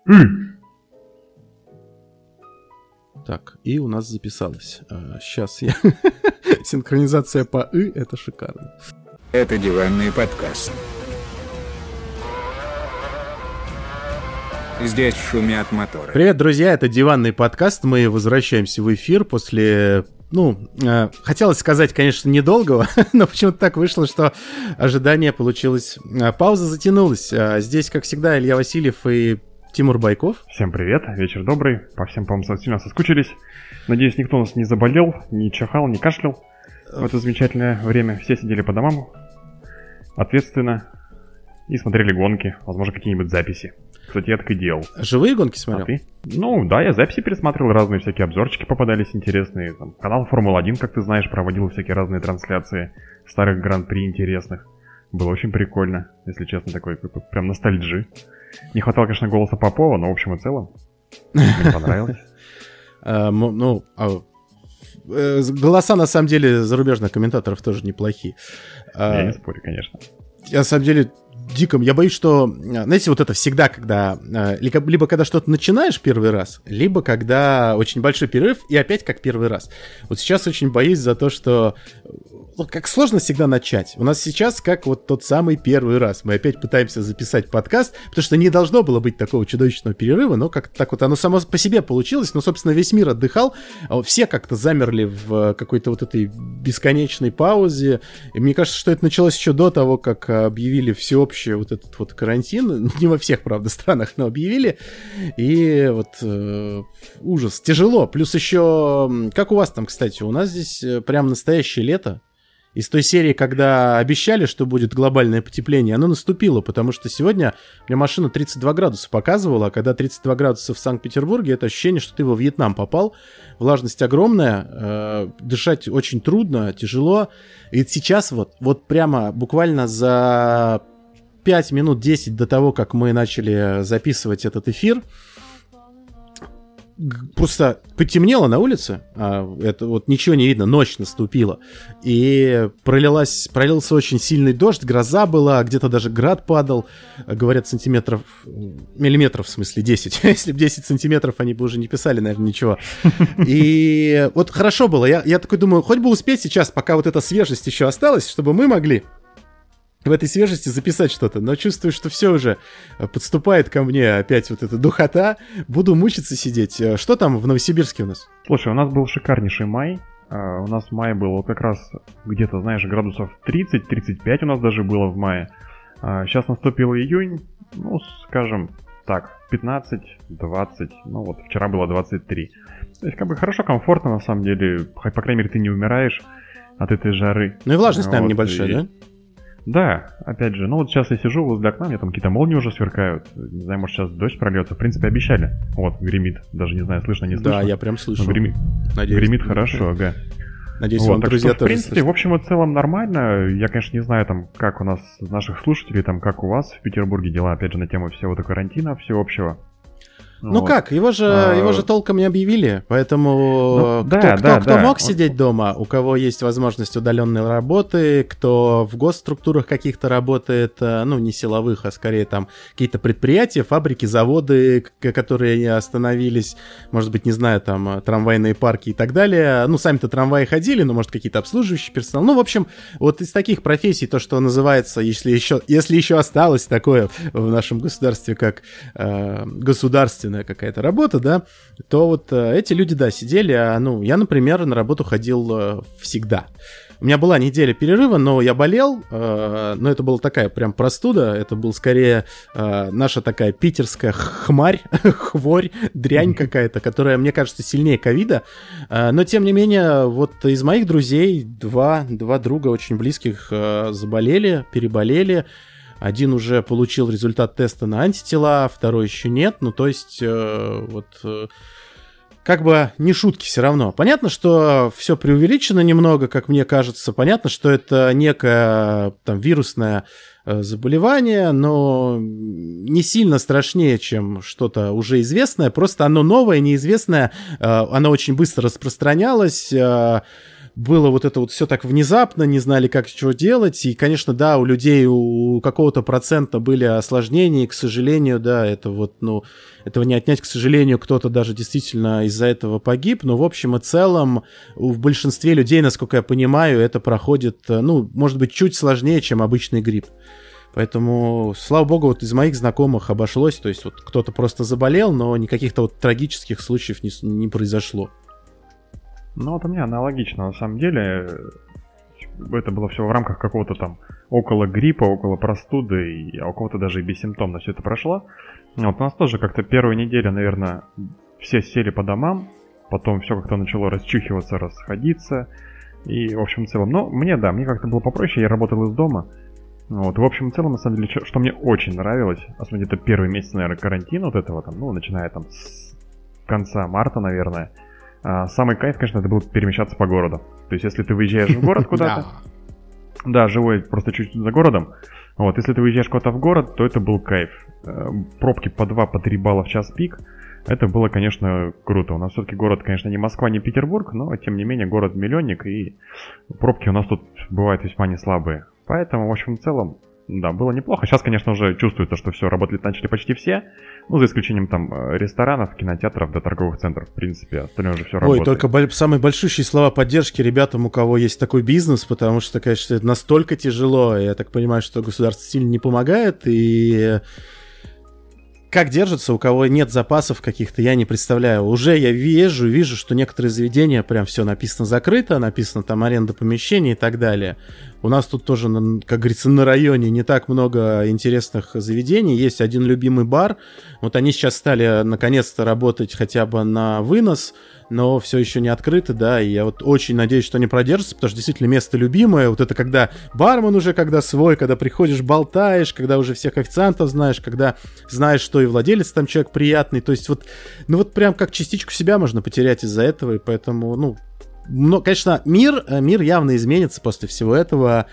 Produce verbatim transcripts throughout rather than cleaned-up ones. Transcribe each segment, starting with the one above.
Mm. Так, и у нас записалось. А, сейчас я... Синхронизация по «и» — это шикарно. Это диванный подкаст. Здесь шумят моторы. Привет, друзья, это диванный подкаст. Мы возвращаемся в эфир после... Ну, э, хотелось сказать, конечно, недолгого, но почему-то так вышло, что ожидание получилось... Пауза затянулась. А здесь, как всегда, Илья Васильев и Тимур Байков. Всем привет, вечер добрый. По всем, по-моему, сильно соскучились. Надеюсь, никто у нас не заболел, не чихал, не кашлял в это замечательное время. Все сидели по домам ответственно и смотрели гонки, возможно, какие-нибудь записи. Кстати, я так и делал. Живые гонки смотрел? А ты? Ну, да, я записи пересматривал, разные всякие обзорчики попадались интересные. Там, канал Формула один, как ты знаешь, проводил всякие разные трансляции старых гран-при интересных. Было очень прикольно, если честно, такой прям ностальджи. Не хватало, конечно, голоса Попова, но в общем и целом мне понравилось. Ну, голоса, на самом деле, зарубежных комментаторов тоже неплохие. Я не спорю, конечно. Я, на самом деле, диком. Я боюсь, что, знаете, вот это всегда, когда... Либо когда что-то начинаешь первый раз, либо когда очень большой перерыв, и опять как первый раз. Вот сейчас очень боюсь за то, что... Как сложно всегда начать. У нас сейчас как вот тот самый первый раз. Мы опять пытаемся записать подкаст, потому что не должно было быть такого чудовищного перерыва, но как-то так вот оно само по себе получилось. Но, собственно, весь мир отдыхал. Все как-то замерли в какой-то вот этой бесконечной паузе. И мне кажется, что это началось еще до того, как объявили всеобщий вот этот вот карантин. Не во всех, правда, странах, но объявили. И вот э, ужас. Тяжело. Плюс еще... Как у вас там, кстати? У нас здесь прям настоящее лето. Из той серии, когда обещали, что будет глобальное потепление, оно наступило, потому что сегодня у меня машина тридцать два градуса показывала, а когда тридцать два градуса в Санкт-Петербурге, это ощущение, что ты во Вьетнам попал. Влажность огромная, э, дышать очень трудно, тяжело. И сейчас вот, вот прямо буквально за пять минут десять до того, как мы начали записывать этот эфир, просто потемнело на улице, а это вот ничего не видно, ночь наступила, и пролилась, пролился очень сильный дождь, гроза была, где-то даже град падал, говорят, сантиметров, миллиметров, в смысле, десять, если бы десять сантиметров, они бы уже не писали, наверное, ничего. И вот хорошо было, я, я такой думаю, хоть бы успеть сейчас, пока вот эта свежесть еще осталась, чтобы мы могли в этой свежести записать что-то, но чувствую, что все уже подступает ко мне опять вот эта духота, буду мучиться сидеть. Что там в Новосибирске у нас? Слушай, у нас был шикарнейший май, uh, у нас май был вот как раз где-то, знаешь, градусов тридцать-тридцать пять у нас даже было в мае. Uh, сейчас наступил июнь, ну, скажем так, пятнадцать-двадцать, ну вот вчера было двадцать три. То есть как бы хорошо, комфортно на самом деле, по крайней мере ты не умираешь от этой жары. Ну и влажность, наверное, вот, небольшая, и... да? Да, опять же, ну вот сейчас я сижу возле окна, у меня там какие-то молнии уже сверкают. Не знаю, может сейчас дождь прольется. В принципе, обещали. Вот, гремит. Даже не знаю, слышно, не слышно. Да, я прям слышу. Ну, гремит, Надеюсь, гремит хорошо, ага. Надеюсь, вот, вам, так друзья, что, тоже в принципе, слышно. в общем и целом нормально. Я, конечно, не знаю, там, как у нас, наших слушателей, там, как у вас в Петербурге дела, опять же, на тему всего этого карантина всеобщего. Ну вот. как, его же, а... его же толком не объявили, поэтому ну, кто, да, кто, да, кто да. мог сидеть дома, у кого есть возможность удаленной работы, кто в госструктурах каких-то работает, ну не силовых, а скорее там какие-то предприятия, фабрики, заводы, которые остановились, может быть, не знаю, там трамвайные парки и так далее. Ну сами-то трамваи ходили, но может какие-то обслуживающие персонал. Ну в общем, вот из таких профессий, то, что называется, если еще, если еще осталось такое в нашем государстве, как э, государственное какая-то работа, да, то вот э, эти люди, да, сидели, а, ну, я, например, на работу ходил э, всегда. У меня была неделя перерыва, но я болел, э, но это была такая прям простуда, это был скорее э, наша такая питерская хмарь, хворь, дрянь какая-то, которая, мне кажется, сильнее ковида, э, но, тем не менее, вот из моих друзей два, два друга очень близких э, заболели, переболели. Один уже получил результат теста на антитела, второй еще нет. Ну, то есть, э, вот, э, как бы не шутки все равно. Понятно, что все преувеличено немного, как мне кажется. Понятно, что это некое там вирусное э, заболевание, но не сильно страшнее, чем что-то уже известное. Просто оно новое, неизвестное. Э, оно очень быстро распространялось. Э, было вот это вот все так внезапно, не знали, как что делать, и, конечно, да, у людей у какого-то процента были осложнения, и, к сожалению, да, это вот, ну, этого не отнять, к сожалению, кто-то даже действительно из-за этого погиб, но в общем и целом в большинстве людей, насколько я понимаю, это проходит, ну, может быть, чуть сложнее, чем обычный грипп. Поэтому, слава богу, вот из моих знакомых обошлось, то есть вот кто-то просто заболел, но никаких-то вот трагических случаев не, не произошло. Ну, вот у меня аналогично, на самом деле, это было все в рамках какого-то там около гриппа, около простуды, и, а у кого-то даже и бессимптомно все это прошло. Вот у нас тоже как-то первую неделю, наверное, все сели по домам, потом все как-то начало расчухиваться, расходиться, и, в общем, в целом, ну, мне, да, мне как-то было попроще, я работал из дома. Вот, в общем и целом, на самом деле, что, что мне очень нравилось, особенно где-то первый месяц, наверное, карантина вот этого, там, ну, начиная там с конца марта, наверное, а, самый кайф, конечно, это было перемещаться по городу. То есть, если ты выезжаешь в город куда-то, да, живой просто чуть-чуть за городом, вот, если ты выезжаешь куда-то в город, то это был кайф. Пробки по два, по три балла в час пик, это было, конечно, круто. У нас все-таки город, конечно, не Москва, не Петербург, но, тем не менее, город-миллионник, и пробки у нас тут бывают весьма не слабые. Поэтому, в общем, в целом, да, было неплохо. Сейчас, конечно, уже чувствуется, что все, работать начали почти все. Ну, за исключением там ресторанов, кинотеатров, да, торговых центров, в принципе. Остальное уже все работает. Ой, только бо- самые большущие слова поддержки ребятам, у кого есть такой бизнес, потому что, конечно, это настолько тяжело. Я так понимаю, что государство сильно не помогает, и... Как держатся, у кого нет запасов каких-то, я не представляю. Уже я вижу, вижу, что некоторые заведения прям все написано закрыто, написано там аренда помещений и так далее. У нас тут тоже, как говорится, на районе не так много интересных заведений. Есть один любимый бар. Вот они сейчас стали наконец-то работать хотя бы на вынос, но все еще не открыты, да, и я вот очень надеюсь, что они продержатся, потому что действительно место любимое. Вот это когда бармен уже, когда свой, когда приходишь, болтаешь, когда уже всех официантов знаешь, когда знаешь, что и владелец там человек приятный. То есть вот, ну вот прям как частичку себя можно потерять из-за этого, и поэтому, ну, но, конечно, мир, мир явно изменится после всего этого.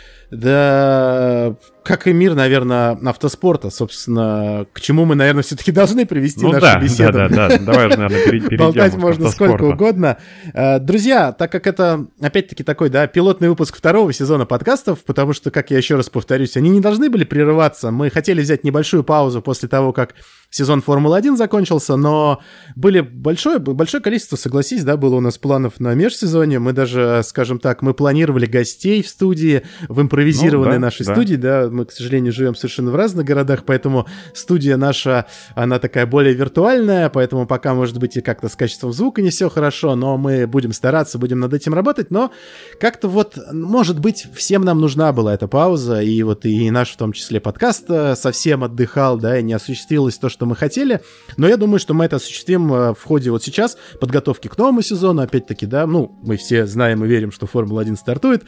Да, как и мир, наверное, автоспорта, собственно, к чему мы, наверное, все-таки должны привести ну, нашу да, беседу. Да, да, да, давай уже, наверное, перейдем. Болтать можно сколько угодно. Друзья, так как это, опять-таки, такой, да, пилотный выпуск второго сезона подкастов, потому что, как я еще раз повторюсь, они не должны были прерываться. Мы хотели взять небольшую паузу после того, как сезон Формулы один закончился, но были большое, большое количество, согласись, да, было у нас планов на межсезонье. Мы даже, скажем так, мы планировали гостей в студии, в импровизированной ну, да, нашей да. студии, да, мы, к сожалению, живем совершенно в разных городах, поэтому студия наша, она такая более виртуальная, поэтому пока, может быть, и как-то с качеством звука не все хорошо, но мы будем стараться, будем над этим работать, но как-то вот, может быть, всем нам нужна была эта пауза, и вот и наш, в том числе, подкаст совсем отдыхал, да, и не осуществилось то, что мы хотели, но я думаю, что мы это осуществим в ходе вот сейчас подготовки к новому сезону, опять-таки, да, ну, мы все знаем и верим, что Формула один стартует,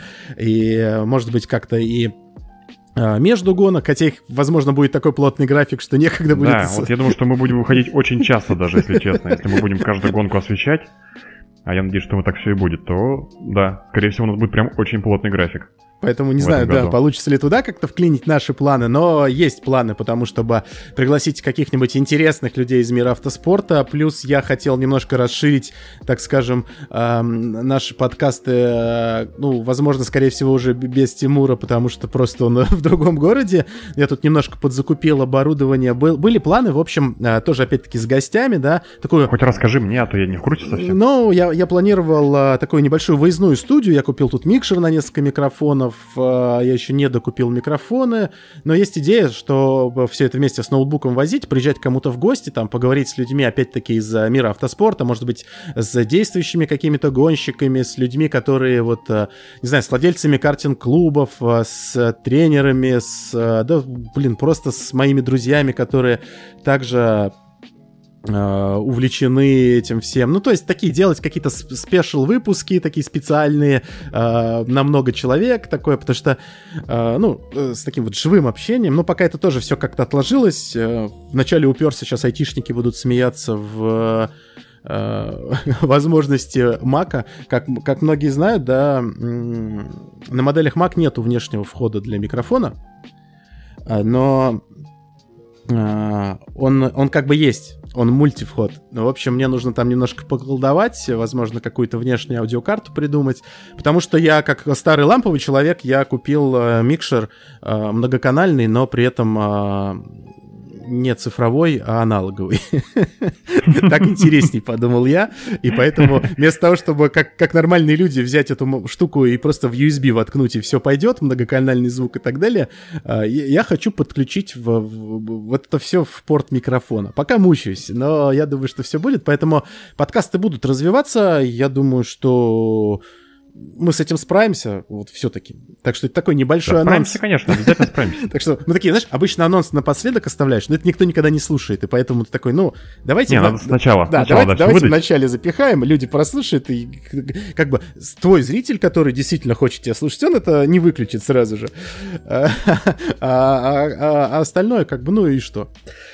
и, может быть, как-то и между гонок, хотя их, возможно, будет такой плотный график, что некогда будет... Да, вот я думаю, что мы будем выходить очень часто даже, если честно. Если мы будем каждую гонку освещать, а я надеюсь, что вот так все и будет, то, да, скорее всего, у нас будет прям очень плотный график. Поэтому не знаю, да, получится ли туда как-то вклинить наши планы, но есть планы, потому чтобы пригласить каких-нибудь интересных людей из мира автоспорта. Плюс я хотел немножко расширить, так скажем, э, наши подкасты, э, ну, возможно, скорее всего, уже без Тимура, потому что просто он в другом городе. Я тут немножко подзакупил оборудование. Был, были планы, в общем, э, тоже опять-таки с гостями, да. Такую... Хоть расскажи мне, а то я не в курсе совсем. Ну, я, я планировал э, такую небольшую выездную студию. Я купил тут микшер на несколько микрофонов. Я еще не докупил микрофоны, но есть идея, что все это вместе с ноутбуком возить, приезжать к кому-то в гости, там, поговорить с людьми, опять-таки, из мира автоспорта, может быть, с действующими какими-то гонщиками, с людьми, которые, вот, не знаю, с владельцами картинг-клубов, с тренерами, с, да, блин, просто с моими друзьями, которые также... увлечены этим всем. Ну, то есть, такие делать какие-то спешл-выпуски, такие специальные, э, на много человек, такое, потому что, э, ну, э, с таким вот живым общением, но пока это тоже все как-то отложилось. Э, вначале уперся, сейчас айтишники будут смеяться в э, возможности Мака. Как, как многие знают, да, на моделях Mac нету внешнего входа для микрофона, но... Он, он как бы есть. он мультивход. Ну, в общем, мне нужно там немножко поколдовать, возможно, какую-то внешнюю аудиокарту придумать, потому что я, как старый ламповый человек, я купил э, микшер э, многоканальный, но при этом э, не цифровой, а аналоговый. Так интересней, подумал я, и поэтому вместо того, чтобы как, как нормальные люди взять эту штуку и просто в ю эс би воткнуть, и все пойдет, многоканальный звук и так далее, я хочу подключить в, в, вот это все в порт микрофона. Пока мучаюсь, но я думаю, что все будет, поэтому подкасты будут развиваться, я думаю, что мы с этим справимся, вот все-таки. Так что это такой небольшой да, анонс. Справимся, конечно, обязательно справимся. Так что мы такие, знаешь, обычно анонс напоследок оставляешь, но это никто никогда не слушает, и поэтому ты такой, ну, давайте... Не, надо сначала. Да, сначала давайте, давайте вначале запихаем, люди прослушают, и как бы твой зритель, который действительно хочет тебя слушать, он это не выключит сразу же. А, а, а, а остальное как бы, ну и что?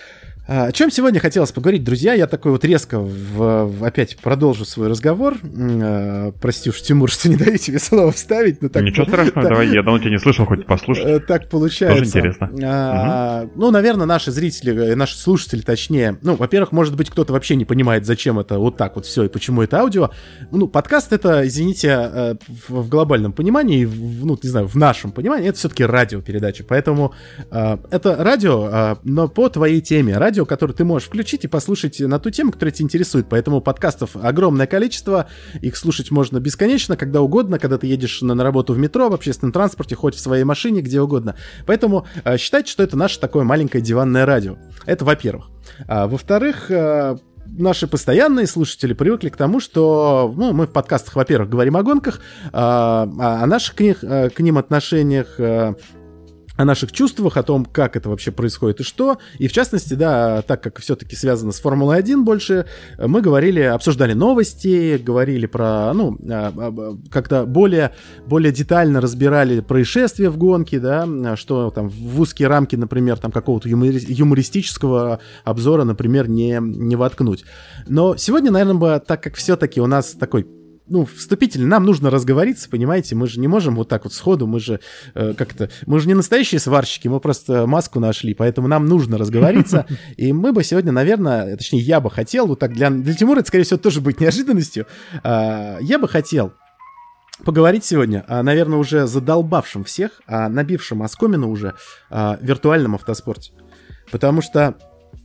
О чем сегодня хотелось поговорить, друзья? Я такой вот резко в, в, опять продолжу свой разговор. Э, прости уж, Тимур, что не даю тебе слово вставить. Но так, Ничего страшного, так, давай, я давно тебя не слышал, хоть послушать. Так получается. Тоже интересно. А, угу. Ну, наверное, наши зрители, наши слушатели, точнее, ну, во-первых, может быть, кто-то вообще не понимает, зачем это вот так вот все и почему это аудио. Ну, подкаст это, извините, в, в глобальном понимании, в, ну, не знаю, в нашем понимании, это все-таки радиопередача. Поэтому э, это радио, э, но по твоей теме. Радио, который ты можешь включить и послушать на ту тему, которая тебя интересует. Поэтому подкастов огромное количество. Их слушать можно бесконечно, когда угодно, когда ты едешь на, на работу в метро, в общественном транспорте, хоть в своей машине, где угодно. Поэтому э, считайте, что это наше такое маленькое диванное радио. Это во-первых. А, во-вторых, э, наши постоянные слушатели привыкли к тому, что ну, мы в подкастах, во-первых, говорим о гонках, э, о наших к, них, э, к ним отношениях, э, о наших чувствах, о том, как это вообще происходит и что. И в частности, да, так как все-таки связано с Формулой один больше, мы говорили, обсуждали новости, говорили про, ну, как-то более, более детально разбирали происшествия в гонке, да, что там в узкие рамки, например, там какого-то юмористического обзора, например, не, не воткнуть. Но сегодня, наверное, так как все-таки у нас такой ну, вступительно, нам нужно разговориться, понимаете, мы же не можем вот так вот сходу, мы же э, как-то, мы же не настоящие сварщики, мы просто маску нашли, поэтому нам нужно разговориться, и мы бы сегодня, наверное, точнее, я бы хотел, вот так для, для Тимура это, скорее всего, тоже будет неожиданностью, э, я бы хотел поговорить сегодня о, наверное, уже задолбавшем всех, о набившем оскомину уже о виртуальном автоспорте, потому что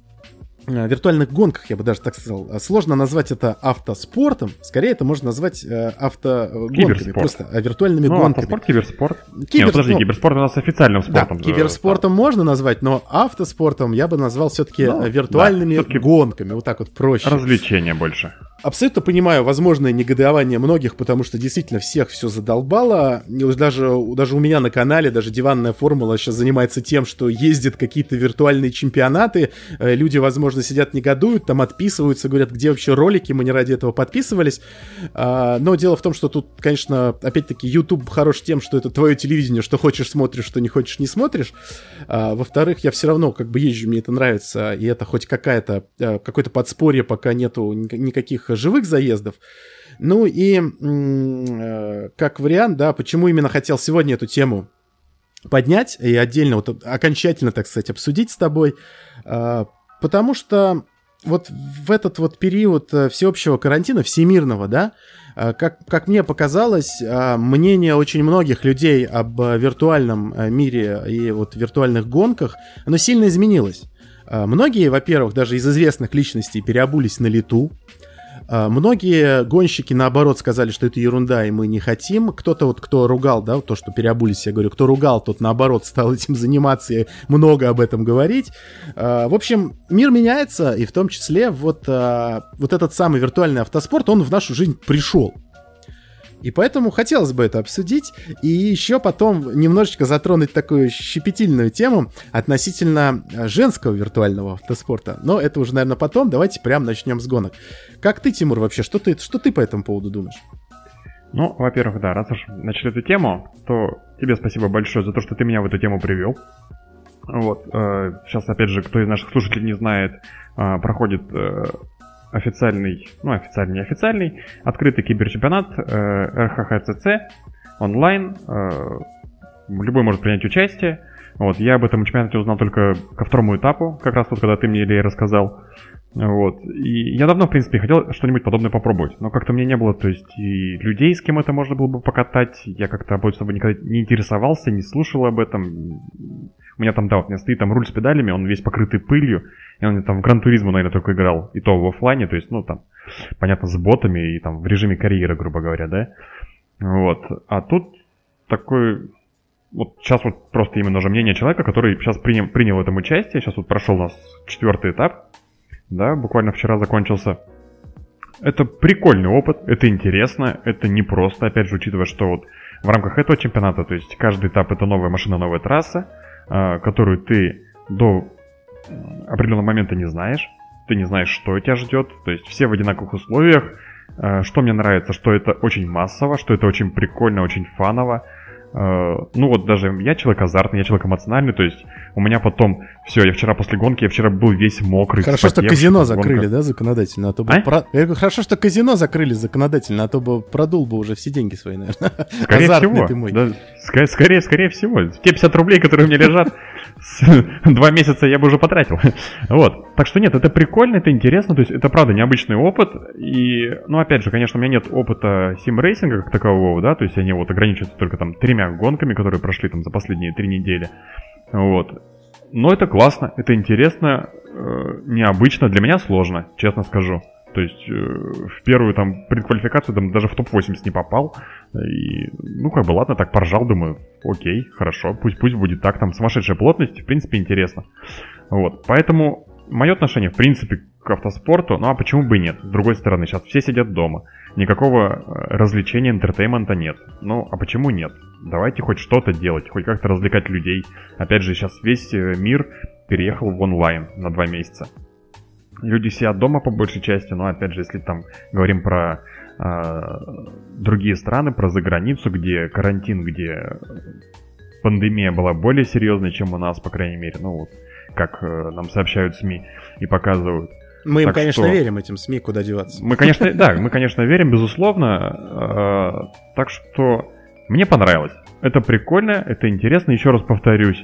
в виртуальных гонках, я бы даже так сказал, сложно назвать это автоспортом, скорее это можно назвать э, автогонками, просто а виртуальными ну, гонками. Автоспорт, киберспорт. Кибер... Нет, подожди, ну, киберспорт у нас официальным спортом. Да, киберспортом можно назвать, но автоспортом я бы назвал все-таки ну, виртуальными да, все-таки гонками, вот так вот проще. Развлечения больше. Абсолютно понимаю возможное негодование многих, потому что действительно всех все задолбало. Даже, даже у меня на канале, даже диванная формула сейчас занимается тем, что ездят какие-то виртуальные чемпионаты, люди, возможно, сидят негодуют, там отписываются, говорят, где вообще ролики, мы не ради этого подписывались. Но дело в том, что тут, конечно, опять-таки, YouTube хорош тем, что это твое телевидение, что хочешь смотришь, что не хочешь не смотришь. Во-вторых, я все равно как бы езжу, мне это нравится, и это хоть какая-то, какое-то подспорье, пока нету никаких живых заездов. Ну и э, как вариант, да, почему именно хотел сегодня эту тему поднять и отдельно, вот окончательно, так сказать, обсудить с тобой, э, потому что вот в этот вот период всеобщего карантина, всемирного, да, э, как, как мне показалось, э, мнение очень многих людей об виртуальном мире и вот виртуальных гонках, оно сильно изменилось. Э, многие, во-первых, даже из известных личностей переобулись на лету. Многие гонщики, наоборот, сказали, что это ерунда, и мы не хотим. Кто-то вот, кто ругал, да, то, что переобулись, я говорю, кто ругал, тот, наоборот, стал этим заниматься и много об этом говорить. В общем, мир меняется, и в том числе вот, вот этот самый виртуальный автоспорт, он в нашу жизнь пришел. И поэтому хотелось бы это обсудить, и еще потом немножечко затронуть такую щепетильную тему относительно женского виртуального автоспорта. Но это уже, наверное, потом. Давайте прямо начнем с гонок. Как ты, Тимур, вообще, что ты, что ты по этому поводу думаешь? Ну, во-первых, да, раз уж начали эту тему, то тебе спасибо большое за то, что ты меня в эту тему привел. Вот, э, сейчас, опять же, кто из наших слушателей не знает, э, проходит... Э, официальный, ну официальный, неофициальный, открытый киберчемпионат э, эр ха ха цэ цэ онлайн. Э, любой может принять участие. Вот, я об этом чемпионате узнал только ко второму этапу, как раз вот когда ты мне, Илья, рассказал. Вот, и я давно, в принципе, хотел что-нибудь подобное попробовать, но как-то мне не было, то есть, и людей, с кем это можно было бы покатать, я как-то об этом никогда не интересовался, не слушал об этом. У меня там, да, вот у меня стоит там руль с педалями, он весь покрытый пылью, и он там в Гран-туризму, наверное, только играл, и то в оффлайне, то есть, ну, там, понятно, с ботами и там в режиме карьеры, грубо говоря, да. Вот, а тут такой... Вот сейчас вот просто именно уже мнение человека, который сейчас принял, принял в этом участие, сейчас вот прошел у нас четвертый этап, да, буквально вчера закончился. Это прикольный опыт, это интересно, это непросто, опять же, учитывая, что вот в рамках этого чемпионата, то есть каждый этап это новая машина, новая трасса, которую ты до определенного момента не знаешь, ты не знаешь, что тебя ждет, то есть все в одинаковых условиях. Что мне нравится, что это очень массово, что это очень прикольно, очень фаново. Ну вот даже я человек азартный, я человек эмоциональный, то есть у меня потом, все, я вчера после гонки, я вчера был весь мокрый. Хорошо, что казино закрыли, да, законодательно, а то бы... А? Про... Я говорю, хорошо, что казино закрыли законодательно, а то бы продул бы уже все деньги свои, наверное. Скорее Азартный всего, ты мой. да, скорее, скорее, скорее всего. Те пятьдесят рублей, которые у меня лежат, два месяца я бы уже потратил. Вот, так что нет, это прикольно, это интересно, то есть это правда необычный опыт, и, ну опять же, конечно, у меня нет опыта сим-рейсинга как такового, да, то есть они вот ограничиваются только там тремя гонками, которые прошли там за последние три недели, вот. Но это классно, это интересно, э, необычно, для меня сложно, честно скажу. То есть э, в первую там предквалификацию там даже в топ восемьдесят не попал. И, ну, как бы, ладно, так поржал, думаю, окей, хорошо, пусть, пусть будет так, там сумасшедшая плотность, в принципе, интересно. Вот, поэтому мое отношение, в принципе, к автоспорту, ну а почему бы и нет? С другой стороны, сейчас все сидят дома, никакого развлечения, интертеймента нет. Ну, а почему нет? Давайте хоть что-то делать, хоть как-то развлекать людей. Опять же, сейчас весь мир переехал в онлайн на два месяца. Люди сидят дома по большей части, но опять же, если там говорим про э, другие страны, про заграницу, где карантин, где пандемия была более серьезной, чем у нас, по крайней мере, ну вот, как э, нам сообщают СМИ и показывают. Мы им, так конечно, что... верим, этим СМИ, куда деваться. Мы, конечно, да, мы, конечно, верим, безусловно. Э, так что мне понравилось. Это прикольно, это интересно, еще раз повторюсь.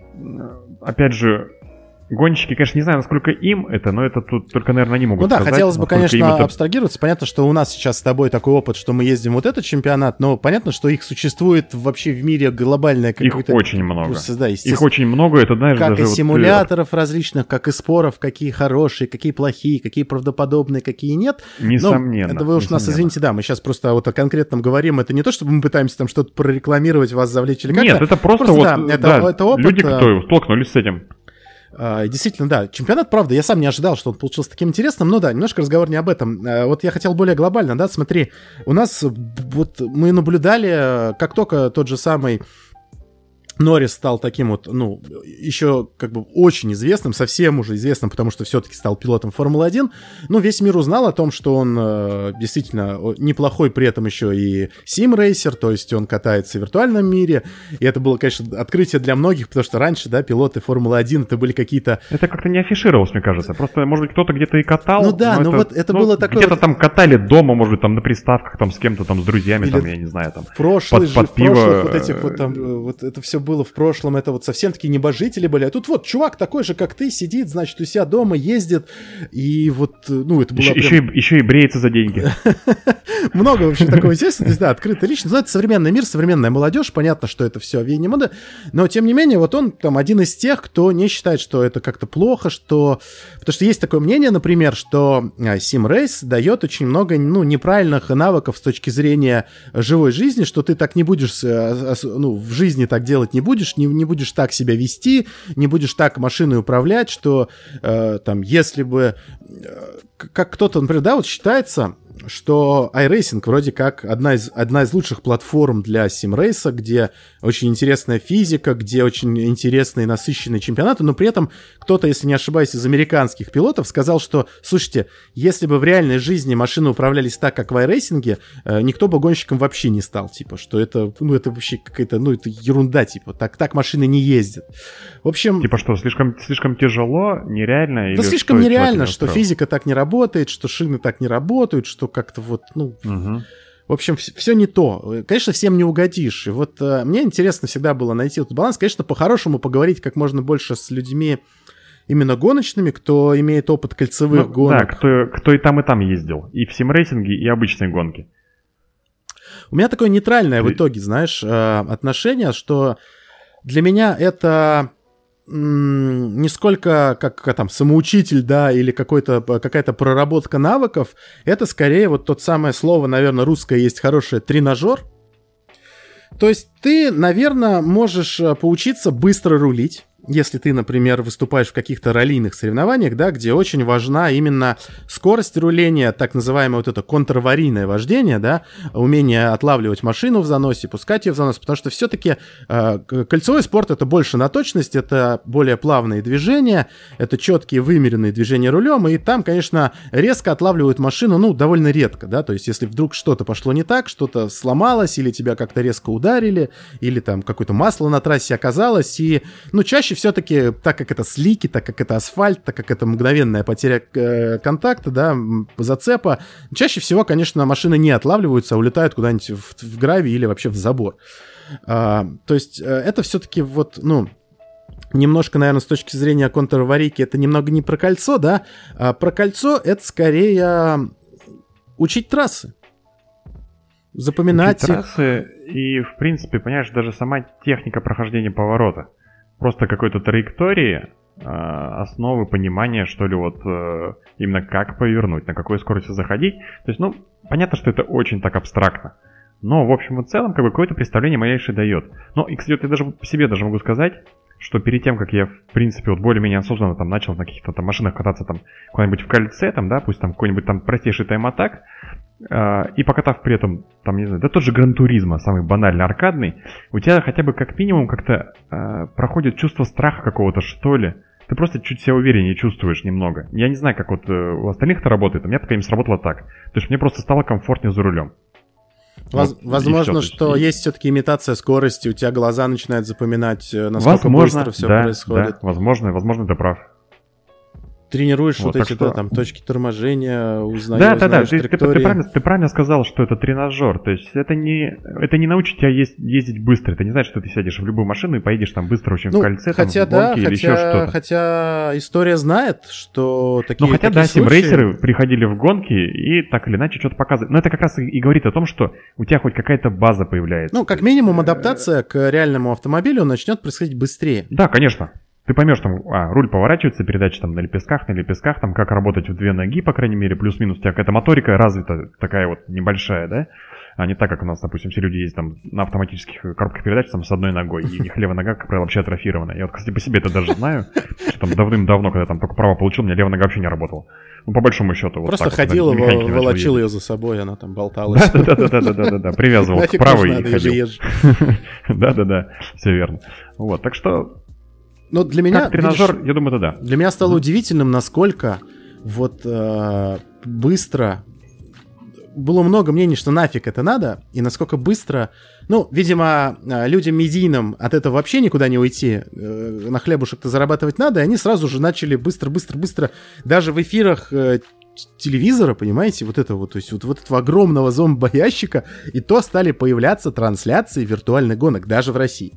Опять же, гонщики, конечно, не знаю, насколько им это, но это тут только, наверное, они могут сказать. Ну да, сказать, хотелось бы, конечно, это... абстрагироваться. Понятно, что у нас сейчас с тобой такой опыт, что мы ездим вот этот чемпионат, но понятно, что их существует вообще в мире глобальное какое-то... Их очень много. Да, их очень много, это, знаешь, как даже и вот... симуляторов различных, как и споров, какие хорошие, какие плохие, какие правдоподобные, какие нет. Несомненно. Но это вы уж нас извините, да, мы сейчас просто вот о конкретном говорим. Это не то, чтобы мы пытаемся там что-то прорекламировать, вас завлечь или как-то. Нет, это просто, просто вот... Да, это, да, это опыт, люди, кто столкнулись с этим. Действительно, да, чемпионат, правда, я сам не ожидал, что он получился таким интересным, но да, немножко разговор не об этом. Вот я хотел более глобально, да, смотри, у нас вот мы наблюдали, как только тот же самый Норрис стал таким вот, ну, еще как бы очень известным, совсем уже известным, потому что все-таки стал пилотом Формулы один, ну, весь мир узнал о том, что он э, действительно неплохой, при этом еще и сим-рейсер, то есть он катается в виртуальном мире, и это было, конечно, открытие для многих, потому что раньше, да, пилоты Формулы один, это были какие-то... Это как-то не афишировалось, мне кажется, просто, может быть, кто-то где-то и катал. Ну да, но, но это, вот это ну, было такое... Где-то вот... там катали дома, может быть, там на приставках, там с кем-то, там с друзьями, Или там, я не знаю, там... В прошлый под, же, под в пиво... прошлых вот этих вот там, вот это все было в прошлом, это вот совсем такие небожители были, а тут вот чувак такой же, как ты, сидит, значит, у себя дома ездит, и вот, ну, это было еще, прям... еще, и, еще и бреется за деньги. Много вообще такого интересного, то есть, да, открытая личность, но это современный мир, современная молодежь, понятно, что это все веяние моды, но, тем не менее, вот он там один из тех, кто не считает, что это как-то плохо, что... Потому что есть такое мнение, например, что сим-рейс дает очень много, ну, неправильных навыков с точки зрения живой жизни, что ты так не будешь, ну, в жизни так делать не будешь, не, не будешь так себя вести, не будешь так машиной управлять, что э, там, если бы, э, как кто-то, например, да, вот считается, что iRacing вроде как одна из, одна из лучших платформ для симрейса, где очень интересная физика, где очень интересные насыщенные чемпионаты, но при этом кто-то, если не ошибаюсь, из американских пилотов сказал, что, слушайте, если бы в реальной жизни машины управлялись так, как в iRacing, никто бы гонщиком вообще не стал, типа, что это, ну, это вообще какая-то, ну, это ерунда, типа, так, так машины не ездят. В общем... Типа что, слишком, слишком тяжело, нереально? Ну, или слишком что, нереально, что физика так не работает, что шины так не работают, что как-то вот, ну... Угу. В общем, все не то. Конечно, всем не угодишь. И вот э, мне интересно всегда было найти этот баланс. Конечно, по-хорошему поговорить как можно больше с людьми именно гоночными, кто имеет опыт кольцевых ну, гонок. Да, кто, кто и там, и там ездил. И в симрейсинге, и обычной гонке. У меня такое нейтральное в итоге, знаешь, отношение, что для меня это не сколько как там самоучитель, да, или какой-то, какая-то проработка навыков, это скорее вот тот самое слово, наверное, русское есть хорошее, тренажер. То есть ты, наверное, можешь поучиться быстро рулить, если ты, например, выступаешь в каких-то раллийных соревнованиях, да, где очень важна именно скорость руления, так называемое вот это контраварийное вождение, да, умение отлавливать машину в заносе, пускать ее в занос, потому что все-таки э, кольцевой спорт — это больше на точность, это более плавные движения, это четкие вымеренные движения рулем, и там, конечно, резко отлавливают машину, ну, довольно редко, да, то есть если вдруг что-то пошло не так, что-то сломалось, или тебя как-то резко ударили, или там какое-то масло на трассе оказалось, и, ну, чаще все-таки, так как это слики, так как это асфальт, так как это мгновенная потеря э, контакта, да, зацепа, чаще всего, конечно, машины не отлавливаются, а улетают куда-нибудь в, в гравий или вообще в забор. А, то есть э, это все-таки вот, ну, немножко, наверное, с точки зрения контраварийки, это немного не про кольцо, да, а про кольцо это скорее учить трассы. Запоминать учить их. Трассы и, в принципе, понимаешь, даже сама техника прохождения поворота. Просто какой-то траектории, э, основы понимания, что ли, вот э, именно как повернуть, на какой скорости заходить. То есть, ну, понятно, что это очень так абстрактно. Но, в общем и целом, как бы какое-то представление малейшее дает. Ну, и, кстати, вот я даже по себе даже могу сказать, что перед тем, как я, в принципе, вот более-менее осознанно там начал на каких-то там машинах кататься там куда-нибудь в кольце, там, да, пусть там какой-нибудь там простейший тайм-атак, э, и покатав при этом, там, не знаю, да тот же Гран Туризмо, самый банальный, аркадный, у тебя хотя бы как минимум как-то э, проходит чувство страха какого-то, что ли. Ты просто чуть себя увереннее чувствуешь немного. Я не знаю, как вот э, у остальных это работает, у меня пока не сработало так. То есть мне просто стало комфортнее за рулем. Воз, вот, возможно, все, что есть... есть все-таки имитация скорости, у тебя глаза начинают запоминать, насколько возможно, быстро все да, происходит. Да, возможно, возможно, ты прав. Тренируешь вот, вот эти что... да, там точки торможения, узнаешь, да, да, да, ты, ты, ты, ты, правильно, ты правильно сказал, что это тренажер. То есть это не, это не научит тебя есть, ездить быстро. Это не значит, что ты сядешь в любую машину и поедешь там быстро очень ну, в кольце, хотя, там, в гонке да, или хотя, еще что-то. Хотя история знает, что такие Ну хотя такие да, случаи... симрейсеры приходили в гонки и так или иначе что-то показывают. Но это как раз и говорит о том, что у тебя хоть какая-то база появляется. Ну, как минимум, адаптация к реальному автомобилю начнет происходить быстрее. Да, конечно. Ты поймешь, там, а, руль поворачивается, передача там на лепестках, на лепестках, там, как работать в две ноги, по крайней мере, плюс-минус, у тебя какая-то моторика развита, такая вот небольшая, да, а не так, как у нас, допустим, все люди ездят там на автоматических коробках передач там с одной ногой, и у них левая нога, как правило, вообще атрофирована. Я вот, кстати, по себе это даже знаю, что там давным-давно, когда я там только право получил, у меня левая нога вообще не работала. Ну, по большому счету. Вот просто так ходил, вот, вол- волочил ее за собой, она там болталась. Да-да-да, привязывал к правой и ходил. Да-да-да, все верно. Вот, так что... Но для меня, как тренажер, видишь, я думаю, это да. Для меня стало mm-hmm. удивительным, насколько вот э, быстро было много мнений, что нафиг это надо, и насколько быстро, ну, видимо, людям медийным от этого вообще никуда не уйти, э, на хлебушек-то зарабатывать надо, и они сразу же начали быстро-быстро-быстро, даже в эфирах э, телевизора, понимаете, вот это вот, то есть вот, вот этого огромного зомбоящика, и то стали появляться трансляции виртуальных гонок, даже в России.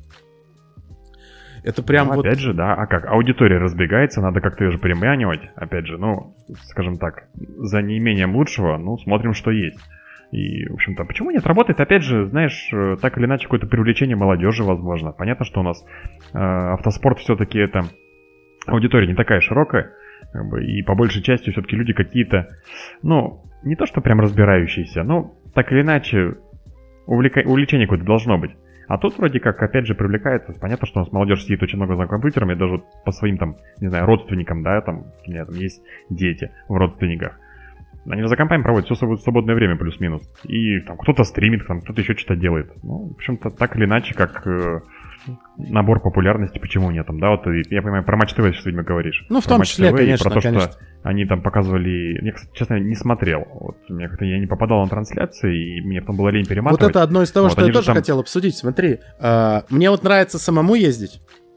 Это прям ну, вот... Опять же, да, а как? Аудитория разбегается, надо как-то ее же приманивать. Опять же, ну, скажем так, за неимением лучшего, ну, смотрим, что есть. И, в общем-то, почему нет? Работает, опять же, знаешь, так или иначе, какое-то привлечение молодежи, возможно. Понятно, что у нас э, автоспорт все-таки это... Аудитория не такая широкая, как бы, и по большей части все-таки люди какие-то, ну, не то что прям разбирающиеся, но так или иначе увлека... увлечение какое-то должно быть. А тут вроде как, опять же, привлекается. Понятно, что у нас молодежь сидит очень много за компьютерами, даже по своим там, не знаю, родственникам, да, там, у меня там есть дети в родственниках. Они за компами проводят все свободное время, плюс-минус. И там кто-то стримит, там кто-то еще что-то делает. Ну, в общем-то, так или иначе, как э, набор популярности, почему нет там, да, вот я понимаю, про Матч ТВ сейчас, видимо, говоришь. Ну, в том числе, конечно, про то, конечно. Что они там показывали... Я, кстати, честно, не смотрел. Вот, мне как-то я не попадал на трансляции, и мне потом было лень перематывать. Вот это одно из того, вот, что я тоже там... хотел обсудить. Смотри, э, мне вот нравится самому ездить.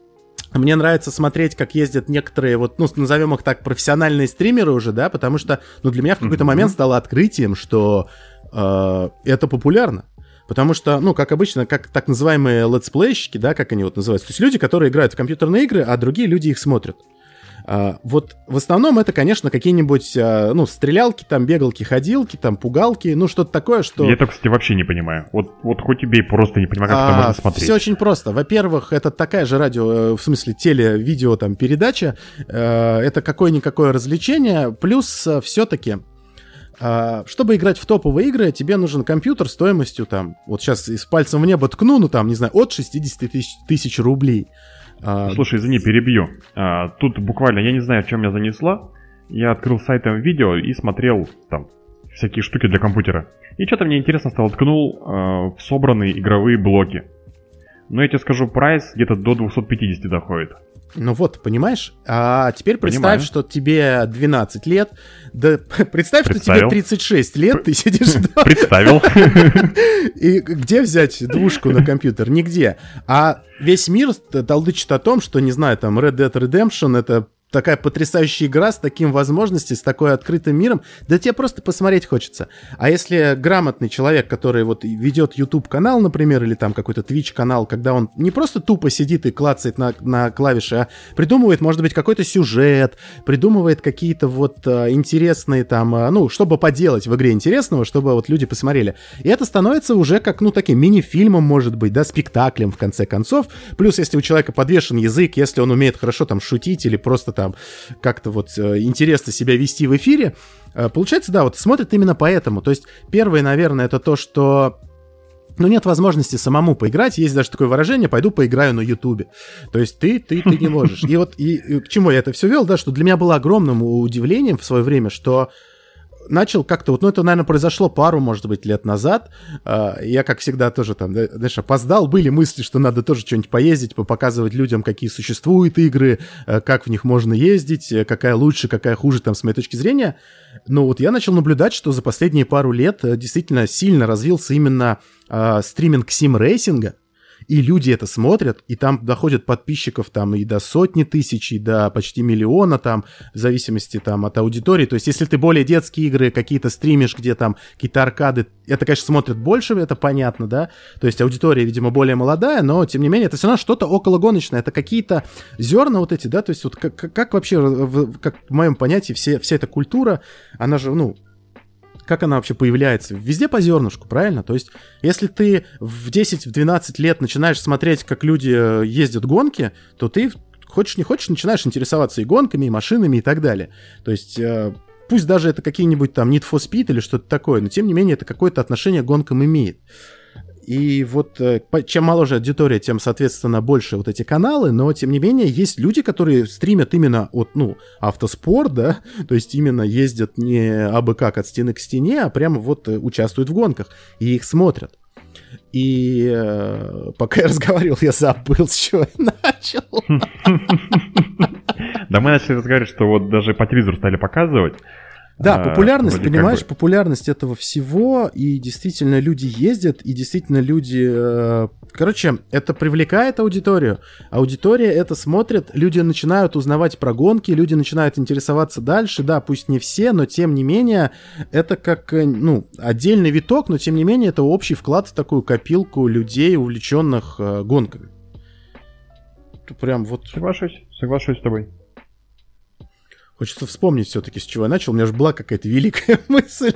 Мне нравится смотреть, как ездят некоторые, вот, ну, назовем их так, профессиональные стримеры уже, да, потому что, ну, для меня в какой-то mm-hmm. момент стало открытием, что э, это популярно. Потому что, ну, как обычно, как так называемые летсплейщики, да, как они вот называются, то есть люди, которые играют в компьютерные игры, а другие люди их смотрят. Uh, вот в основном это, конечно, какие-нибудь, uh, ну, стрелялки, там, бегалки, ходилки, там, пугалки, ну, что-то такое, что... Я это, кстати, вообще не понимаю. Вот, вот хоть убей, просто не понимаю, как uh, это можно смотреть. Все очень просто. Во-первых, это такая же радио, в смысле, теле-видео, там, передача. Uh, это какое-никакое развлечение. Плюс uh, все-таки, uh, чтобы играть в топовые игры, тебе нужен компьютер стоимостью, там, вот сейчас с пальцем в небо ткну, ну, там, не знаю, от шестьдесят тысяч рублей. Слушай, извини, перебью. А, тут буквально, я не знаю, в чем меня занесло. Я открыл сайт видео и смотрел там всякие штуки для компьютера. И что-то мне интересно стало, ткнул а, в собранные игровые блоки. Но я тебе скажу, прайс где-то до двести пятьдесят доходит. Ну вот, понимаешь? А теперь представь, Понимаю. Что тебе двенадцать лет. Да представь, Представил. Что тебе тридцать шесть лет, ты сидишь... Представил. И где взять двушку на компьютер? Нигде. А весь мир толдычит о том, что, не знаю, там, Red Dead Redemption — это такая потрясающая игра с таким возможностями, с такой открытым миром. Да тебе просто посмотреть хочется. А если грамотный человек, который вот ведет YouTube-канал, например, или там какой-то Twitch-канал, когда он не просто тупо сидит и клацает на, на клавиши, а придумывает, может быть, какой-то сюжет, придумывает какие-то вот а, интересные там, а, ну, чтобы поделать в игре интересного, чтобы вот люди посмотрели. И это становится уже как, ну, таким мини-фильмом, может быть, да, спектаклем, в конце концов. Плюс, если у человека подвешен язык, если он умеет хорошо там шутить или просто там как-то вот э, интересно себя вести в эфире. Э, получается, да, вот смотрят именно поэтому. То есть первое, наверное, это то, что ну, нет возможности самому поиграть. Есть даже такое выражение: пойду поиграю на Ютубе. То есть ты, ты, ты не можешь. И вот и, и к чему я это все вел, да, что для меня было огромным удивлением в свое время, что начал как-то вот, ну, это, наверное, произошло пару, может быть, лет назад. Я, как всегда, тоже там, знаешь, опоздал. Были мысли, что надо тоже что-нибудь поездить, показывать людям, какие существуют игры, как в них можно ездить, какая лучше, какая хуже, там, с моей точки зрения. Но вот я начал наблюдать, что за последние пару лет действительно сильно развился именно стриминг сим-рейсинга. И люди это смотрят, и там доходят подписчиков там и до сотни тысяч, и до почти миллиона там, в зависимости там от аудитории. То есть, если ты более детские игры какие-то стримишь, где там какие-то аркады, это, конечно, смотрят больше, это понятно, да? То есть, аудитория, видимо, более молодая, но, тем не менее, это все равно что-то окологоночное. Это какие-то зерна вот эти, да? То есть, вот как, как вообще, в, как в моем понятии, все, вся эта культура, она же, ну, как она вообще появляется? Везде по зернышку, правильно? То есть, если ты в десять-двенадцать лет начинаешь смотреть, как люди ездят гонки, то ты, хочешь не хочешь, начинаешь интересоваться и гонками, и машинами, и так далее. То есть, пусть даже это какие-нибудь там Need for Speed или что-то такое, но тем не менее это какое-то отношение к гонкам имеет. И вот чем моложе аудитория, тем, соответственно, больше вот эти каналы, но, тем не менее, есть люди, которые стримят именно от, ну, автоспорт, да, то есть именно ездят не абы как от стены к стене, а прямо вот участвуют в гонках, и их смотрят. И э, пока я разговаривал, я забыл, с чего я начал. Да мы начали разговаривать, что вот даже по телевизору стали показывать. Да, популярность, а, понимаешь, как бы... популярность этого всего, и действительно люди ездят, и действительно люди... Э, короче, это привлекает аудиторию. Аудитория это смотрит, люди начинают узнавать про гонки, люди начинают интересоваться дальше, да, пусть не все, но тем не менее, это как, ну, отдельный виток, но тем не менее, это общий вклад в такую копилку людей, увлеченных э, гонками. Это прям вот... Соглашусь, соглашусь с тобой. Хочется вспомнить все-таки, с чего я начал. У меня же была какая-то великая мысль.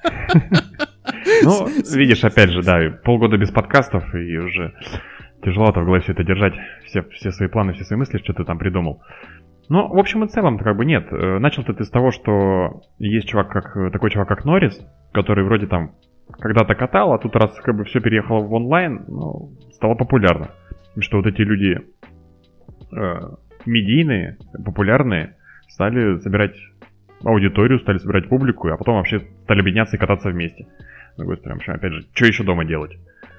Ну, видишь, опять же, да, полгода без подкастов, и уже тяжеловато в голове все это держать, все, все свои планы, все свои мысли, что ты там придумал. Ну, в общем и целом, как бы нет. Начал-то ты с того, что есть чувак, как такой чувак, как Норрис, который вроде там когда-то катал, а тут раз как бы все переехало в онлайн, ну, стало популярно. И что вот эти люди э, медийные, популярные, стали собирать аудиторию, стали собирать публику, а потом вообще стали объединяться и кататься вместе. Ну, прям, опять же, что еще дома делать?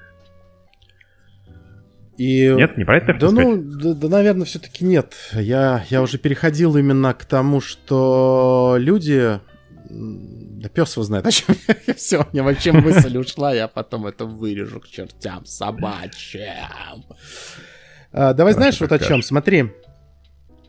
И... Нет, не про это да, ну, да, да, наверное, все-таки нет. Я, я уже переходил именно к тому, что люди... Да пес его знает, о чем я. Все, у меня вообще мысль ушла, я потом это вырежу к чертям собачьим. А, давай, знаешь, вот о чем, смотри.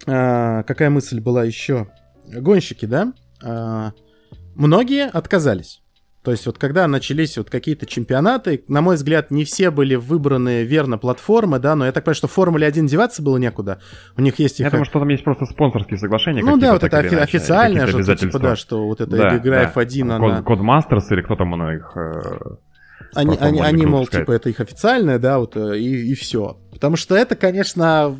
а, какая мысль была еще? Гонщики, да? А, многие отказались. То есть вот когда начались вот какие-то чемпионаты, на мой взгляд, не все были выбраны верно платформы, да, но я так понимаю, что в Формуле один деваться было некуда. У них есть... Я их... думаю, что там есть просто спонсорские соглашения. Ну да, вот это офи- официальное, что типа, да, что вот эта да, игра да. эф один, она... Кодмастерс или кто там у них... Они, они, они мол, типа, это их официальное, да, вот, и, и все. Потому что это, конечно,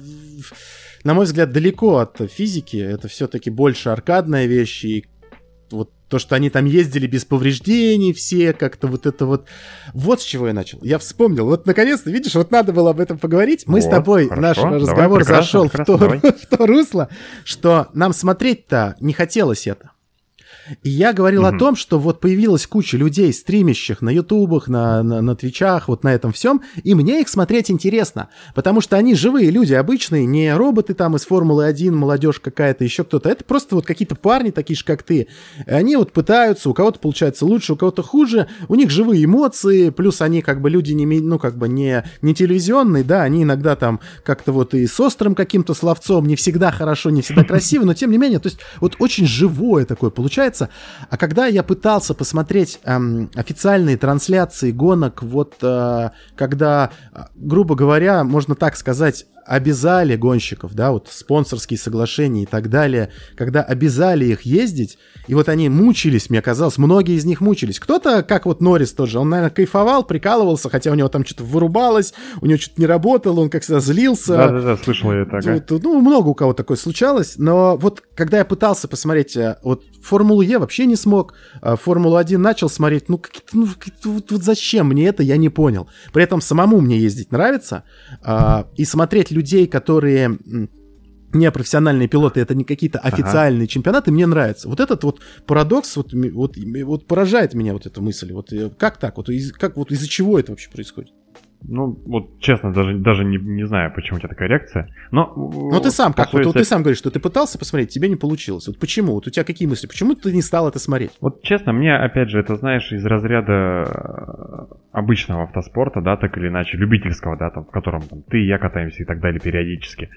на мой взгляд, далеко от физики. Это все-таки больше аркадная вещь, и вот то, что они там ездили без повреждений все, как-то вот это вот... Вот с чего я начал. Я вспомнил. Вот, наконец-то, видишь, вот надо было об этом поговорить. Мы вот, с тобой, хорошо, наш давай, разговор прекрасно, зашел прекрасно, в, то, в то русло, что нам смотреть-то не хотелось это. И я говорил mm-hmm. о том, что вот появилась куча людей, стримящих на ютубах, на, на, на твичах, вот на этом всем, и мне их смотреть интересно, потому что они живые люди, обычные, не роботы там из Формулы один, молодежь какая-то, еще кто-то, это просто вот какие-то парни, такие же, как ты. И они вот пытаются, у кого-то получается лучше, у кого-то хуже, у них живые эмоции, плюс они как бы люди не, ну как бы не, не телевизионные, да, они иногда там как-то вот и с острым каким-то словцом, не всегда хорошо, не всегда красиво, но тем не менее, то есть вот очень живое такое получается. А когда я пытался посмотреть эм, официальные трансляции гонок, вот э, когда, грубо говоря, можно так сказать, обязали гонщиков, да, вот спонсорские соглашения и так далее, когда обязали их ездить, и вот они мучились, мне казалось, многие из них мучились. Кто-то, как вот Норрис тоже, он, наверное, кайфовал, прикалывался, хотя у него там что-то вырубалось, у него что-то не работало, он как всегда злился. Да-да-да, слышал я это. Ага. Вот, ну, много у кого такое случалось, но вот когда я пытался посмотреть, вот Формулу Е вообще не смог, Формулу один начал смотреть, ну, ну вот, вот зачем мне это, я не понял. При этом самому мне ездить нравится, и смотреть людей, которые не профессиональные пилоты, это не какие-то официальные ага. чемпионаты, мне нравится. Вот этот вот парадокс вот, вот, вот поражает меня вот эта мысль. Вот как так? Вот, из, как, вот из-за чего это вообще происходит? Ну, вот честно, даже, даже не, не знаю, почему у тебя такая реакция. Но, но ты сам как? Вот, вот ты сам говоришь, что ты пытался посмотреть, тебе не получилось. Вот почему? Вот у тебя какие мысли? Почему ты не стал это смотреть? Вот честно, мне, опять же, это, знаешь, из разряда обычного автоспорта, да, так или иначе, любительского, да, там, в котором там, ты и я катаемся и так далее периодически.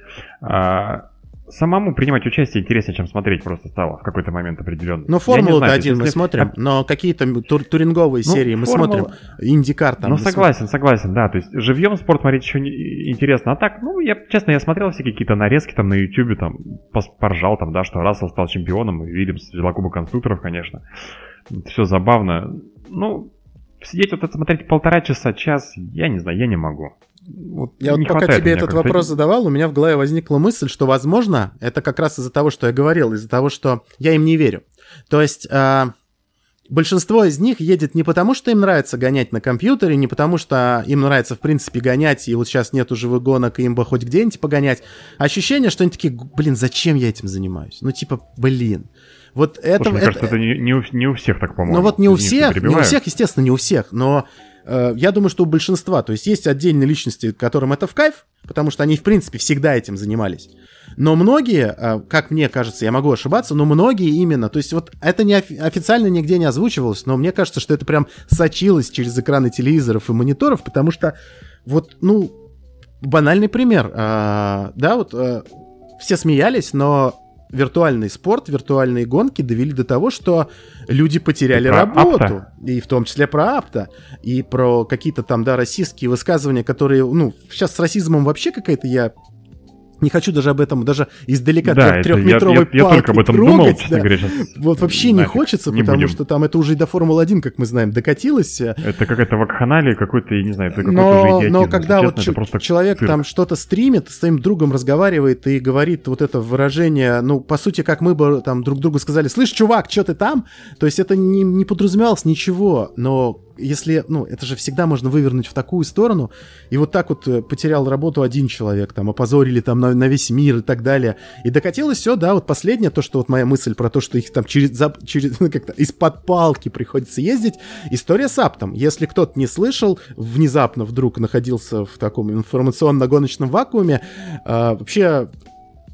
А, самому принимать участие интереснее, чем смотреть просто стало в какой-то момент определенный. Но Формулу-то один мы смотрим, но какие-то тур- туринговые ну, серии мы формула... смотрим, Индикар там. Ну, согласен, смотрим. согласен, да, то есть живьем спорт смотреть еще не... интересно, а так, ну, я, честно, я смотрел все какие-то нарезки там на ютубе, там, поржал там, да, что Рассел стал чемпионом, и Вильямс взяла Кубок конструкторов, конечно, все забавно, ну, сидеть вот это смотреть полтора часа, час, я не знаю, я не могу. Вот я вот пока тебе этот как-то... вопрос задавал, у меня в голове возникла мысль, что, возможно, это как раз из-за того, что я говорил, из-за того, что я им не верю. То есть э, большинство из них едет не потому, что им нравится гонять на компьютере, не потому, что им нравится, в принципе, гонять, и вот сейчас нету живых гонок, и им бы хоть где-нибудь погонять. Ощущение, что они такие, блин, зачем я этим занимаюсь? Ну, типа, блин. Вот это, Слушай, мне это, кажется, это не, не, у, не у всех так, по-моему. Ну вот не у всех, не у всех, естественно, не у всех, но э, я думаю, что у большинства. То есть есть отдельные личности, которым это в кайф, потому что они, в принципе, всегда этим занимались. Но многие, э, как мне кажется, я могу ошибаться, но многие именно, то есть вот это не офи- официально нигде не озвучивалось, но мне кажется, что это прям сочилось через экраны телевизоров и мониторов, потому что вот, ну, банальный пример. Э, да, вот э, все смеялись, но виртуальный спорт, виртуальные гонки довели до того, что люди потеряли работу. Апта. И в том числе про Апта. И про какие-то там, да, расистские высказывания, которые, ну, сейчас с расизмом вообще какая-то я... Не хочу даже об этом, даже издалека да, трехметровой палки я, я, я только об этом трогать, думал, честно да. говоря, сейчас. Вот вообще не хочется, не потому будем. Что там это уже и до Формулы один, как мы знаем, докатилось. Это какая-то вакханалия, какой-то, я не знаю, это но, какой-то уже идиотизм. Но когда вот честно, ч- человек цирк. Там что-то стримит, с своим другом разговаривает и говорит вот это выражение, ну, по сути, как мы бы там друг другу сказали, слышь, чувак, что ты там? То есть это не, не подразумевалось ничего, но... Если, ну, это же всегда можно вывернуть в такую сторону, и вот так вот потерял работу один человек, там, опозорили там на, на весь мир и так далее. И докатилось все, да, вот последнее, то, что вот моя мысль про то, что их там через, за, через ну, как-то из-под палки приходится ездить, история с Аптом. Если кто-то не слышал, внезапно вдруг находился в таком информационно-гоночном вакууме, э, вообще...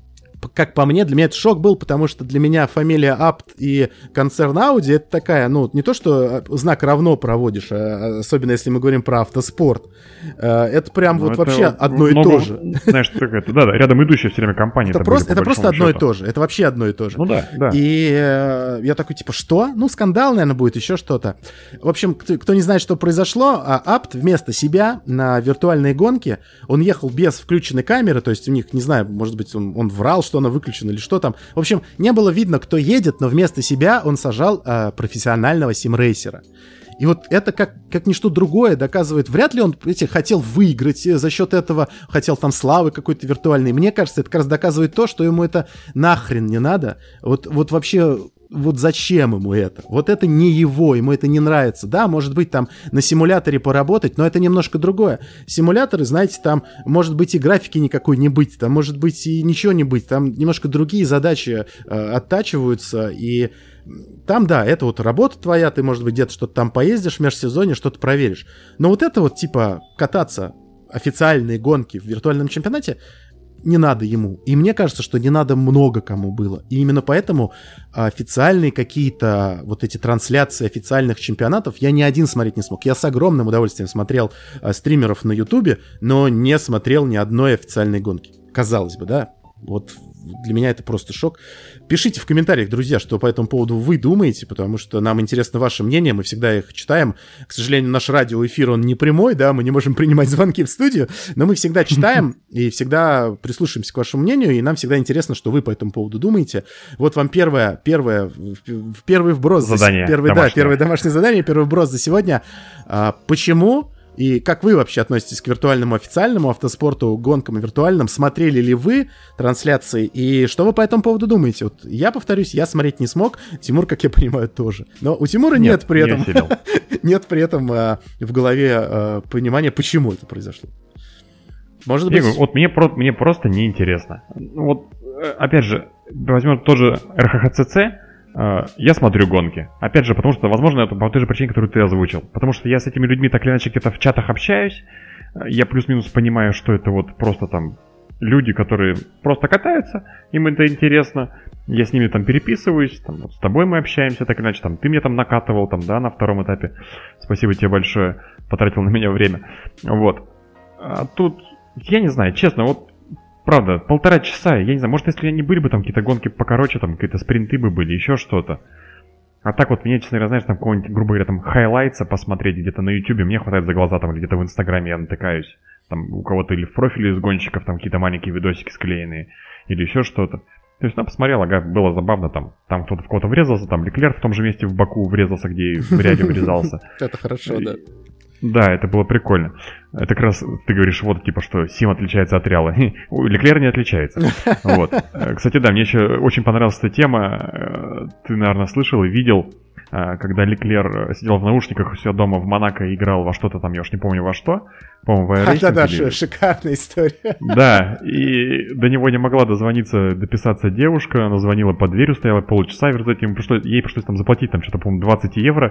как по мне, для меня это шок был, потому что для меня фамилия Апт и концерн Audi это такая, ну, не то, что знак равно проводишь, а особенно если мы говорим про автоспорт. Это прям ну, вот это вообще одно много, и то же. Знаешь, это, да, да, рядом идущая все время компания. Это, просто, это просто одно счету. и то же. Это вообще одно и то же. Ну да, да. И э, я такой, типа, что? Ну, скандал, наверное, будет, еще что-то. В общем, кто, кто не знает, что произошло, Апт вместо себя на виртуальные гонки, он ехал без включенной камеры, то есть у них, не знаю, может быть, он, он врал, что она выключена или что там. В общем, не было видно, кто едет, но вместо себя он сажал э, профессионального симрейсера. И вот это как, как ничто другое доказывает, вряд ли он эти, хотел выиграть за счет этого, хотел там славы какой-то виртуальной. Мне кажется, это как раз доказывает то, что ему это нахрен не надо. Вот, вот вообще, вот зачем ему это? Вот это не его, ему это не нравится. Да, может быть, там на симуляторе поработать, но это немножко другое. Симуляторы, знаете, там может быть и графики никакой не быть, там может быть и ничего не быть, там немножко другие задачи э, оттачиваются, и там, да, это вот работа твоя, ты, может быть, где-то что-то там поездишь в межсезонье, что-то проверишь. Но вот это вот, типа, кататься официальные гонки в виртуальном чемпионате не надо ему. И мне кажется, что не надо много кому было. И именно поэтому официальные какие-то вот эти трансляции официальных чемпионатов я ни один смотреть не смог. Я с огромным удовольствием смотрел а, стримеров на Ютубе, но не смотрел ни одной официальной гонки. Казалось бы, да? Вот для меня это просто шок. Пишите в комментариях, друзья, что по этому поводу вы думаете, потому что нам интересно ваше мнение, мы всегда их читаем. К сожалению, наш радиоэфир, он не прямой, да, мы не можем принимать звонки в студию, но мы всегда читаем и всегда прислушаемся к вашему мнению, и нам всегда интересно, что вы по этому поводу думаете. Вот вам первое, первое, первый вброс. Задание за, первый, да, первое домашнее задание, первый вброс за сегодня. А, почему... И как вы вообще относитесь к виртуальному официальному автоспорту, гонкам и виртуальным? Смотрели ли вы трансляции? И что вы по этому поводу думаете? Вот я, повторюсь, я смотреть не смог. Тимур, как я понимаю, тоже. Но у Тимура нет, нет при этом, нет при этом а, в голове а, понимания, почему это произошло. Может быть... Вот мне, мне просто неинтересно. Вот, опять же, возьмем тот же эр ха ха цэ цэ. Я смотрю гонки. Опять же, потому что, возможно, это по той же причине, которую ты озвучил. Потому что я с этими людьми так или иначе где-то в чатах общаюсь. Я плюс-минус понимаю, что это вот просто там люди, которые просто катаются, им это интересно. Я с ними там переписываюсь, там, вот с тобой мы общаемся, так или иначе, там, ты мне там накатывал, там, да, на втором этапе. Спасибо тебе большое, потратил на меня время. Вот. А тут, я не знаю, честно, вот правда, полтора часа, я не знаю, может, если они были бы там какие-то гонки покороче, там какие-то спринты бы были, еще что-то. А так вот, мне, честно говоря, знаешь, там какого-нибудь, грубо говоря, там хайлайтса посмотреть где-то на ютубе, мне хватает за глаза, там, где-то в инстаграме я натыкаюсь. Там у кого-то или в профиле из гонщиков там какие-то маленькие видосики склеенные, или еще что-то. То есть, ну, посмотрел, ага, было забавно, там, там кто-то в кого-то врезался, там Леклер в том же месте в боку врезался, где в ряде врезался. Это хорошо, да. Да, это было прикольно. Это как раз ты говоришь, вот, типа, что Сим отличается от Реала. Леклер не отличается. Вот. Кстати, да, мне еще очень понравилась эта тема. Ты, наверное, слышал и видел, когда Леклер сидел в наушниках у себя дома в Монако и играл во что-то там, я уж не помню во что. По-моему, в iRacing. Да-да, или... шикарная история. Да, и до него не могла дозвониться, дописаться девушка. Она звонила под дверью, стояла полчаса, и в результате ему пришлось, ей пришлось там заплатить, там, что-то, по-моему, двадцать евро.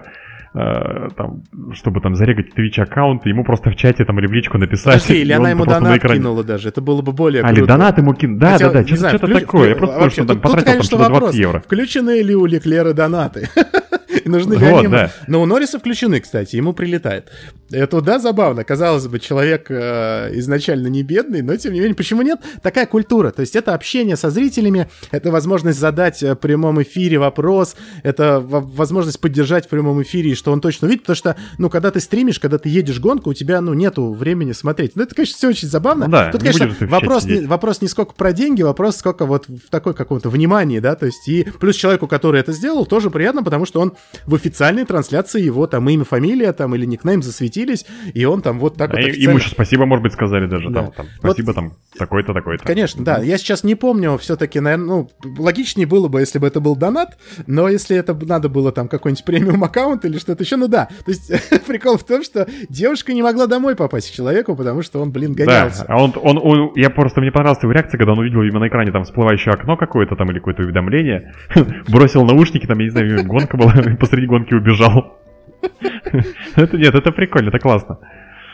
Там, чтобы там зарегать Twitch аккаунт, ему просто в чате там или в личку написать. Подожди, или она ему донат кинула даже, это было бы более а, круто. Или донат ему кинула, да, Хотя, да, да, что-то, что-то вклю... такое, я просто вообще, там, потратил там что-то двадцать евро. Включены ли у Леклера донаты? Нужны ли вот, они? Да. Но у Норриса включены, кстати, ему прилетает. Это, да, забавно. Казалось бы, человек э, изначально не бедный, но, тем не менее, почему нет? Такая культура. То есть это общение со зрителями, это возможность задать в прямом эфире вопрос, это возможность поддержать в прямом эфире, что он точно увидит, потому что, ну, когда ты стримишь, когда ты едешь гонку, у тебя, ну, нету времени смотреть. Ну, это, конечно, все очень забавно. Ну, да, Тут, конечно, вопрос не, вопрос не сколько про деньги, вопрос сколько вот в такой каком-то внимании, да, то есть и плюс человеку, который это сделал, тоже приятно, потому что он в официальной трансляции, его там имя, фамилия там или никнейм засветились, и он там вот так да, вот официально... Ему еще спасибо, может быть, сказали даже, да. там, там, спасибо вот, там, такой-то, такой-то. Конечно, да, я сейчас не помню, все-таки, наверное, ну, логичнее было бы, если бы это был донат, но если это надо было там какой-нибудь премиум аккаунт или что-то еще, ну да, то есть прикол в том, что девушка не могла домой попасть к человеку, потому что он, блин, гонялся. Да, а он, он, он, я просто, мне понравилась его реакция, когда он увидел именно на экране там всплывающее окно какое-то там или какое-то уведомление, бросил наушники, там, я не знаю, гонка была, посреди гонки убежал. Это нет, это прикольно, это классно.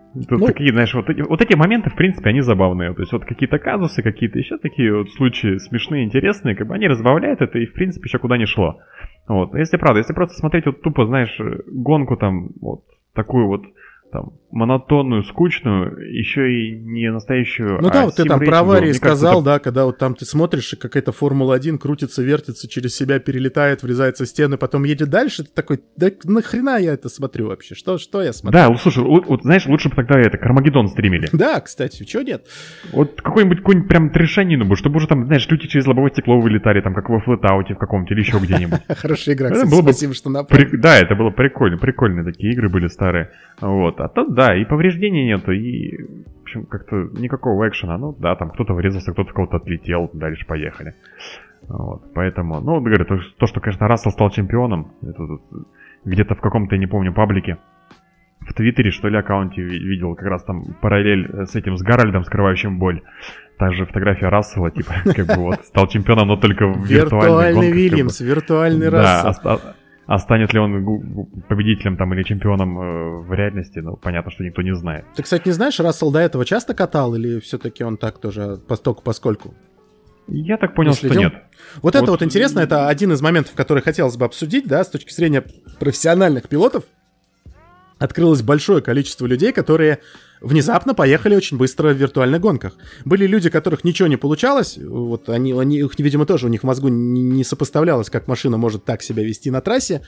Тут Ну- такие, знаешь, вот эти, вот эти моменты, в принципе, они забавные. То есть вот какие-то казусы, какие-то еще такие вот случаи смешные, интересные, как бы они разбавляют это и, в принципе, еще куда ни шло. Вот. Если правда, если просто смотреть вот тупо, знаешь, гонку там, вот такую вот там монотонную, скучную, еще и не настоящую. Ну да, а вот ты там сим-рейсинговую, про аварии мне кажется, сказал, это- да, когда вот там ты смотришь, и какая-то Формула один крутится, вертится, через себя перелетает, врезается в стены, потом едет дальше, ты такой, да нахрена я это смотрю вообще? Что, что я смотрю? Да, вот, слушай, вот, вот, знаешь, лучше бы тогда это Кармагеддон стримили. Да, кстати, чего нет? Вот какой-нибудь какой-нибудь прям трешанину бы, чтобы уже там, знаешь, люди через лобовое стекло вылетали, там, как во Флэтауте в каком-то или еще где-нибудь. Хорошая игра, Это кстати, было бы спасибо, что напомнил. При- Да, это было прикольно, прикольные такие игры были старые. Вот. А тут, да, и повреждений нету, и, в общем, как-то никакого экшена. Ну, да, там кто-то врезался, кто-то в кого-то отлетел, дальше поехали. Вот. Поэтому, ну, говорю, то, то, что, конечно, Рассел стал чемпионом, это тут где-то в каком-то, я не помню, паблике, в Твиттере, что ли, аккаунте ви- видел как раз там параллель с этим, с Гарольдом, скрывающим боль. Также фотография Рассела, типа, как бы вот, стал чемпионом, но только в виртуальной Виртуальный гонках, как бы. Вильямс, виртуальный Да, Рассел. а, а станет ли он гу- гу- победителем там или чемпионом э, в реальности, ну, понятно, что никто не знает. Ты, кстати, не знаешь, Рассел до этого часто катал, или все-таки он так тоже постольку поскольку? Я так понял, Не что следил? нет. Вот, это Вот. вот интересно, это один из моментов, который хотелось бы обсудить, да, с точки зрения профессиональных пилотов. Открылось большое количество людей, которые внезапно поехали очень быстро в виртуальных гонках. Были люди, которых ничего не получалось, вот они, они их, видимо, тоже у них в мозгу не, не сопоставлялось, как машина может так себя вести на трассе,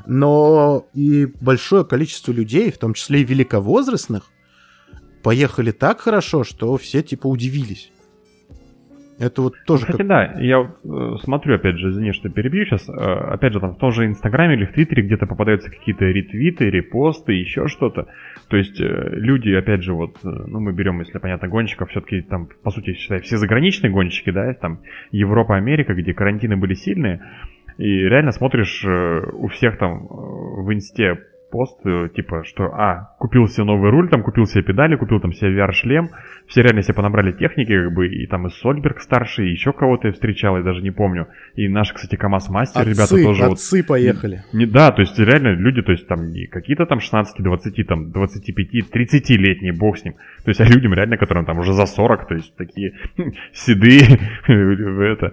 но и большое количество людей, в том числе и великовозрастных, поехали так хорошо, что все типа удивились. Это вот тоже Кстати, как... да, я вот, э, смотрю, опять же, извини, что перебью сейчас, э, опять же, там в том же Инстаграме или в Твиттере где-то попадаются какие-то ретвиты, репосты, еще что-то. То есть э, люди, опять же, вот, э, ну, мы берем, если понятно, гонщиков, все-таки там, по сути, считай, все заграничные гонщики, да, там Европа, Америка, где карантины были сильные, и реально смотришь э, у всех там э, в Инсте пост, э, типа, что, а, купил себе новый руль, там, купил себе педали, купил там себе ви ар-шлем, все реально себе понабрали техники, как бы, и там и Сольберг старший, и еще кого-то я встречал, я даже не помню, и наш, кстати, КамАЗ-мастер, Отцы, ребята тоже вот... отцы поехали. Не, да, то есть реально люди, то есть там не какие-то там шестнадцать, двадцать, там двадцать пять, тридцатилетние, бог с ним. То есть а людям реально, которым там уже за сорок, то есть такие седые, это,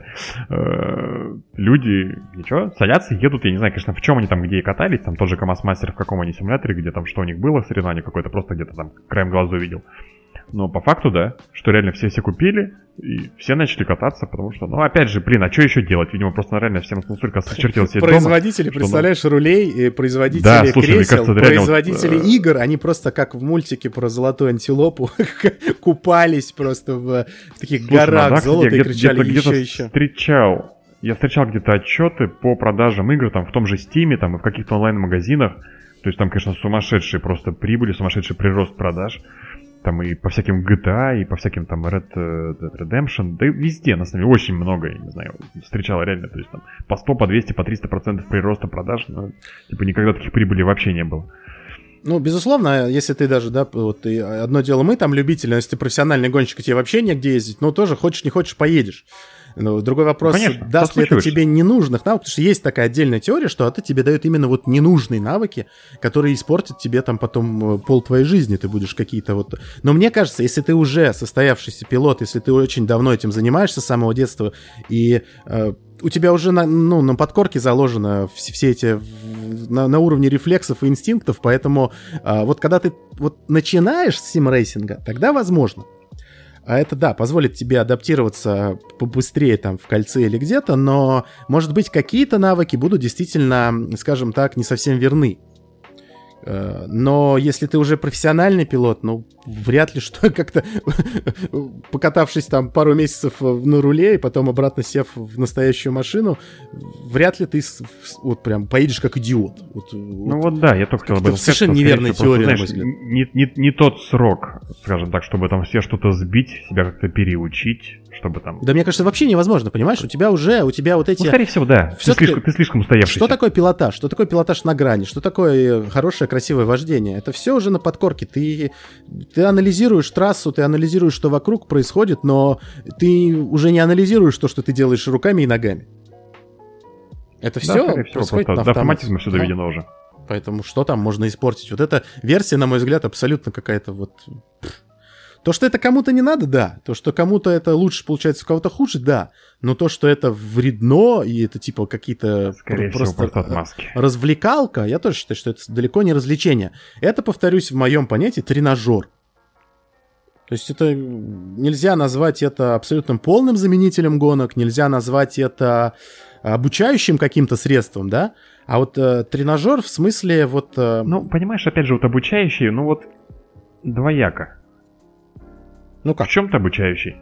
э, люди, ничего, садятся, едут, я не знаю, конечно, в чем они там, где и катались, там тоже КамАЗ-мастер, в каком они симуляторе, где там, что у них было, соревнование какое-то, просто где-то там краем глаза увидел. Но по факту, да, что реально все-все купили, и все начали кататься, потому что, ну, опять же, блин, а что еще делать? Видимо, просто реально всем настолько сочертел себе дома. Производители, что, представляешь, рулей, и производители Да, слушай, мне кресел, кажется, это реально производители вот, э, игр, они просто как в мультике про золотую антилопу купались просто в, в таких Слушай, ну горах да, кстати, золота я и кричали где-то, где-то еще, еще. встречал, я встречал где-то отчеты по продажам игр, там, в том же Steam, там, и в каких-то онлайн-магазинах. То есть там, конечно, сумасшедшие просто прибыли, сумасшедший прирост продаж. Там и по всяким джи ти эй, и по всяким там Red Dead Redemption, да и везде, на самом деле, очень много, я не знаю, встречал реально, то есть там по сто, по двести, по триста процентов прироста продаж, но, типа, никогда таких прибылей вообще не было. Ну, безусловно, если ты даже, да, вот и одно дело мы там любители, но если ты профессиональный гонщик, и тебе вообще негде ездить, ну, тоже хочешь не хочешь, поедешь. Но другой вопрос, ну, конечно, даст ли это тебе ненужных навыков, потому что есть такая отдельная теория, что это тебе дает именно вот ненужные навыки, которые испортят тебе там потом пол твоей жизни, ты будешь какие-то вот... Но мне кажется, если ты уже состоявшийся пилот, если ты очень давно этим занимаешься с самого детства, и э, у тебя уже на, ну, на подкорке заложено все, все эти на, на уровне рефлексов и инстинктов, поэтому э, вот когда ты вот начинаешь с симрейсинга, тогда возможно. А это, да, позволит тебе адаптироваться побыстрее там в кольце или где-то, но, может быть, какие-то навыки будут действительно, скажем так, не совсем верны. Но если ты уже профессиональный пилот, ну, вряд ли что как-то покатавшись там пару месяцев на руле и потом обратно сев в настоящую машину, вряд ли ты вот прям поедешь как идиот. Вот, ну вот, вот да, я только хотел об этом сказать. Совершенно неверная теория, просто, на знаешь, мой взгляд. Не, не, не тот срок, скажем так, чтобы там все что-то сбить, себя как-то переучить, чтобы там... Да мне кажется, вообще невозможно, понимаешь? У тебя уже, у тебя вот эти... Ну, скорее всего, да. Ты слишком, ты слишком устоявшийся. Что такое пилотаж? Что такое пилотаж на грани? Что такое хорошее, красивое вождение? Это все уже на подкорке. Ты, ты анализируешь трассу, ты анализируешь, что вокруг происходит, но ты уже не анализируешь то, что ты делаешь руками и ногами. Это да, все скорее всего, просто до автоматизма все доведено уже. Поэтому что там можно испортить? Вот эта версия, на мой взгляд, абсолютно какая-то вот... То, что это кому-то не надо, да. То, что кому-то это лучше получается, у кого-то хуже, да. Но то, что это вредно, и это типа какие-то Скорее просто, всего, просто отмазки. развлекалка, я тоже считаю, что это далеко не развлечение. Это, повторюсь, в моем понятии тренажер. То есть это нельзя назвать это абсолютно полным заменителем гонок, нельзя назвать это обучающим каким-то средством, да. А вот э, тренажер в смысле вот... Э... Ну, понимаешь, опять же, вот обучающий, ну вот двояко. Ну как? В чем-то обучающий.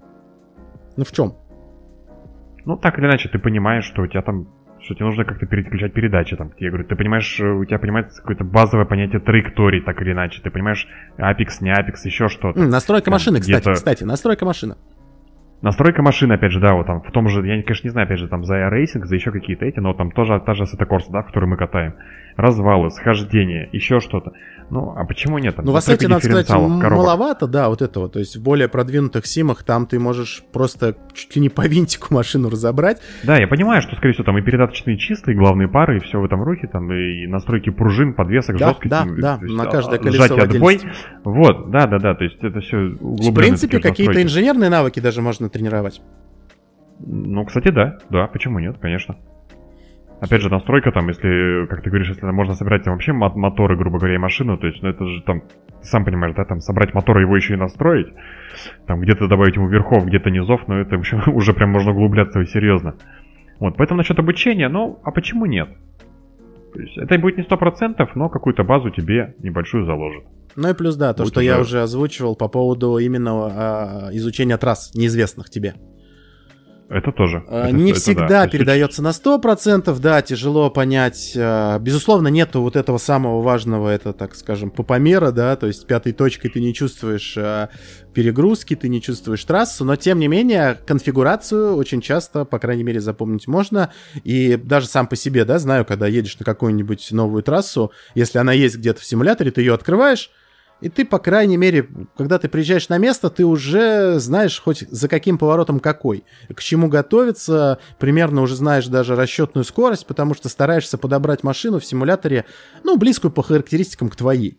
Ну в чем? Ну, так или иначе, ты понимаешь, что у тебя там, что тебе нужно как-то переключать передачи там. Я говорю, ты понимаешь, у тебя понимается какое-то базовое понятие траектории, так или иначе. Ты понимаешь, апекс, не апекс, еще что-то. М, настройка там, машины, кстати, где-то... кстати, настройка машины. Настройка машины, опять же, да, вот там в том же, я, конечно, не знаю, опять же, там за iRacing, за еще какие-то эти, но там тоже та же Assetto Corsa, да, в которой мы катаем. Развалы, схождение, еще что-то. Ну, а почему нет? Ну, в Assetto, надо сказать, маловато, да, вот этого. То есть в более продвинутых симах там ты можешь просто чуть ли не по винтику машину разобрать. Да, я понимаю, что, скорее всего, там и передаточные чистые, главные пары, и все в этом рухе, там и настройки пружин, подвесок, да, жесткости. Да, да, есть, на каждое колесо сжатие, отбой. отдельности. Вот, да, да, да, то есть это все углубленные. В принципе, какие-то настройки. инженерные навыки даже можно тренировать. Ну, кстати, да, да, почему нет, конечно. Опять же, настройка там, если, как ты говоришь, если можно собирать там вообще моторы, грубо говоря, и машину, то есть, ну, это же там, ты сам понимаешь, да, там, собрать мотор и его еще и настроить, там, где-то добавить ему верхов, где-то низов, но это вообще уже прям можно углубляться и серьезно. Вот, поэтому насчет обучения, ну, а почему нет? То есть, это будет не сто процентов, но какую-то базу тебе небольшую заложит. Ну и плюс, да, то, Будь что уже... я уже озвучивал по поводу именно а, изучения трасс, неизвестных тебе. Это тоже. А, это, не это, всегда да. передается на сто процентов, да, тяжело понять. Безусловно, нету вот этого самого важного, это, так скажем, попомера, да, то есть пятой точкой ты не чувствуешь перегрузки, ты не чувствуешь трассу, но, тем не менее, конфигурацию очень часто, по крайней мере, запомнить можно. И даже сам по себе, да, знаю, когда едешь на какую-нибудь новую трассу, если она есть где-то в симуляторе, ты ее открываешь, и ты, по крайней мере, когда ты приезжаешь на место, ты уже знаешь хоть за каким поворотом какой, к чему готовиться, примерно уже знаешь даже расчетную скорость, потому что стараешься подобрать машину в симуляторе, ну, близкую по характеристикам к твоей.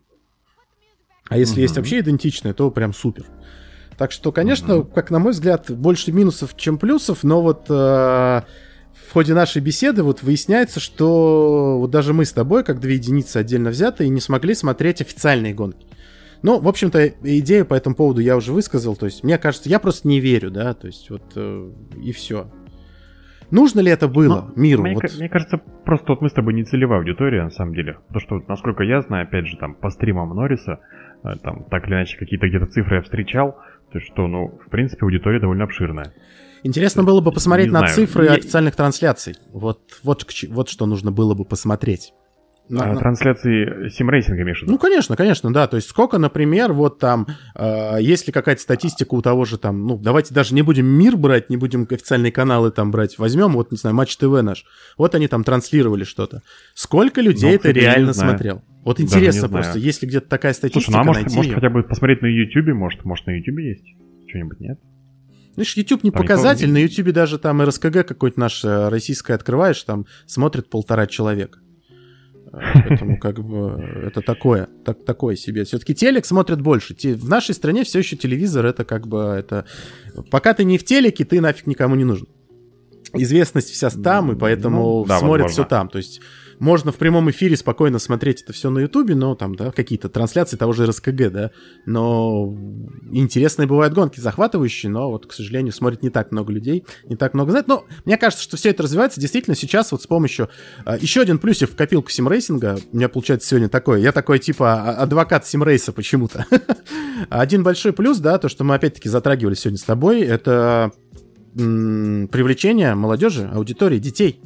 А если uh-huh. есть вообще идентичная, то прям супер. Так что, конечно, uh-huh. как на мой взгляд, больше минусов, чем плюсов, но вот... Э- В ходе нашей беседы вот выясняется, что вот даже мы с тобой, как две единицы отдельно взятые, не смогли смотреть официальные гонки. Ну, в общем-то, идею по этому поводу я уже высказал. То есть, мне кажется, я просто не верю, да, то есть, вот, э, и все. Нужно ли это было ну, миру? Мне, вот... мне кажется, просто вот мы с тобой не целевая аудитория, на самом деле. Потому что, вот, насколько я знаю, опять же, там, по стримам Норриса, там, так или иначе, какие-то где-то цифры я встречал, то есть, что, ну, в принципе, аудитория довольно обширная. Интересно было бы посмотреть не на знаю. цифры Не... официальных трансляций. Вот, вот, вот что нужно было бы посмотреть. А, на... Трансляции симрейсинга, имеешь в виду? Ну, конечно, конечно, да. То есть сколько, например, вот там, э, есть ли какая-то статистика у того же там, ну, давайте даже не будем мир брать, не будем официальные каналы там брать, возьмем, вот, не знаю, Матч ТВ наш. Вот они там транслировали что-то. Сколько людей ну, это реально смотрел? Вот интересно просто, есть ли где-то такая статистика. Слушай, ну, а может, найти может ее? хотя бы посмотреть на Ютубе, может, может на Ютубе есть что-нибудь, нет? Видишь, YouTube не там показатель, никого... на YouTube даже там эр эс ка гэ какой-то наш российское открываешь, там смотрит полтора человека. Поэтому как бы это такое, так, такое себе. Все-таки телек смотрят больше. В нашей стране все еще телевизор это как бы это... Пока ты не в телеке, ты нафиг никому не нужен. Известность вся там, и поэтому ну, да, смотрят возможно. Все там. То есть можно в прямом эфире спокойно смотреть это все на Ютубе, но там, да, какие-то трансляции того же эр эс ка гэ, да. Но интересные бывают гонки, захватывающие, но вот, к сожалению, смотрит не так много людей, не так много знает. Но мне кажется, что все это развивается действительно сейчас вот с помощью... Еще один плюсик в копилку симрейсинга. У меня получается сегодня такое. Я такой типа адвокат симрейса почему-то. Один большой плюс, да, то, что мы опять-таки затрагивали сегодня с тобой, это м- привлечение молодежи, аудитории, детей.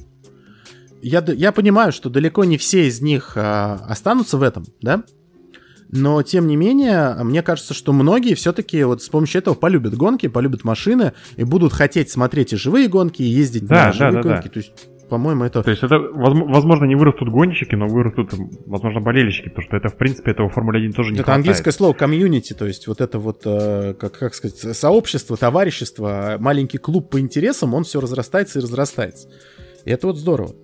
Я, я понимаю, что далеко не все из них а, останутся в этом, да? Но, тем не менее, мне кажется, что многие все-таки вот с помощью этого полюбят гонки, полюбят машины и будут хотеть смотреть и живые гонки, и ездить да, на да, живые да, гонки. Да. То есть, по-моему, это... То есть это, возможно, не вырастут гонщики, но вырастут, возможно, болельщики, потому что это, в принципе, этого в Формуле один тоже не это хватает. Это английское слово комьюнити, то есть вот это вот, как, как сказать, сообщество, товарищество, маленький клуб по интересам, он все разрастается и разрастается. И это вот здорово.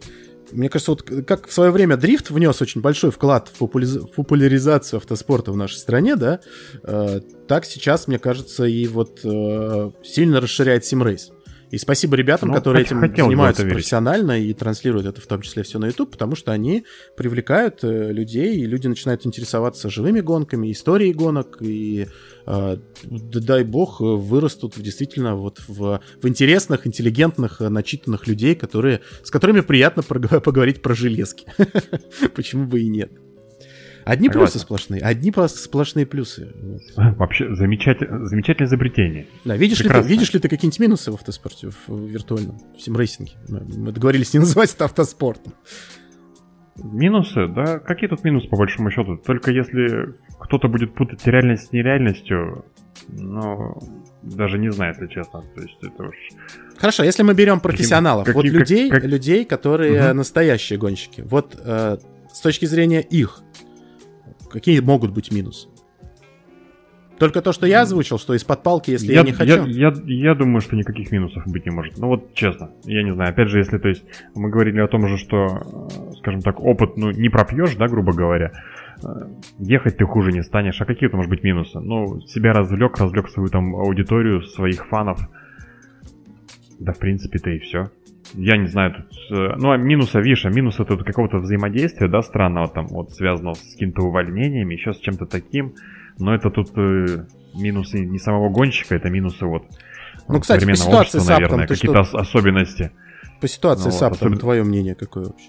Мне кажется, вот как в свое время дрифт внес очень большой вклад в популяри- популяризацию автоспорта в нашей стране, да, э, так сейчас, мне кажется, и вот э, сильно расширяет симрейс. И спасибо ребятам, ну, которые этим занимаются профессионально и транслируют это в том числе все на YouTube, потому что они привлекают э, людей, и люди начинают интересоваться живыми гонками, историей гонок, и э, дай бог вырастут действительно вот в, в интересных, интеллигентных, начитанных людей, которые, с которыми приятно поговорить про железки. Почему бы и нет? Одни Согласен. Плюсы сплошные, одни сплошные плюсы. Вообще замечательное, замечательное изобретение. Да, видишь ли, ты, видишь ли ты какие-нибудь минусы в автоспорте, в, в виртуальном, в симрейсинге? Мы договорились не называть это автоспортом. Минусы? Да, какие тут минусы по большому счету? Только если кто-то будет путать реальность с нереальностью, ну, даже не знаю, если честно. То есть это уж... Хорошо, если мы берем профессионалов, каким, вот каким, людей, как, как... людей, которые угу. настоящие гонщики, вот э, с точки зрения их, какие могут быть минусы? Только то, что я озвучил, что из-под палки, если я, я не хочу... Я, я, я думаю, что никаких минусов быть не может. Ну вот честно, я не знаю. Опять же, если, то есть, мы говорили о том же, что, скажем так, опыт, ну, не пропьешь, да, грубо говоря. Ехать ты хуже не станешь. А какие это может быть минусы? Ну, себя развлек, развлек свою там аудиторию, своих фанов. Да, в принципе-то и все. Я не знаю, тут... Ну, а минуса, видишь, а минуса тут какого-то взаимодействия, да, странного там, вот, связанного с какими-то увольнениями, еще с чем-то таким. Но это тут э, минусы не самого гонщика, это минусы вот... Ну, кстати, по ситуации с Аптом, какие-то ос- особенности. По ситуации ну, с Аптом, особен... твое мнение какое вообще?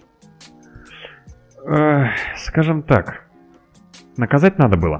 Э, скажем так, наказать надо было.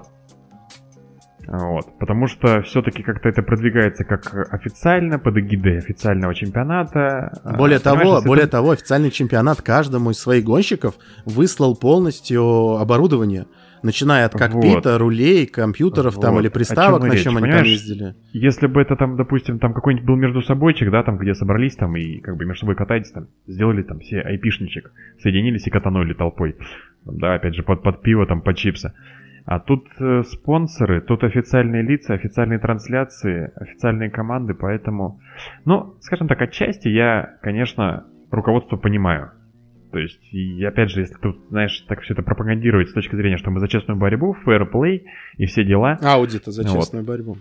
Вот, потому что все-таки как-то это продвигается как официально, под эгидой официального чемпионата. Более того, более это... того, официальный чемпионат каждому из своих гонщиков выслал полностью оборудование, начиная от кокпита, вот. рулей, компьютеров вот. там или приставок, на чем они Понимаешь, там ездили. Если бы это там, допустим, там какой-нибудь был между собойчик, да, там где собрались там и как бы между собой катаетесь, там сделали там все айпишничек, соединились и катанули толпой, да, опять же под, под пиво, там под чипсы. А тут э, спонсоры, тут официальные лица, официальные трансляции, официальные команды, поэтому... Ну, скажем так, отчасти я, конечно, руководство понимаю. То есть, и опять же, если тут, знаешь, так все это пропагандировать с точки зрения, что мы за честную борьбу, фэрплей и все дела... Аудита за честную вот. борьбу.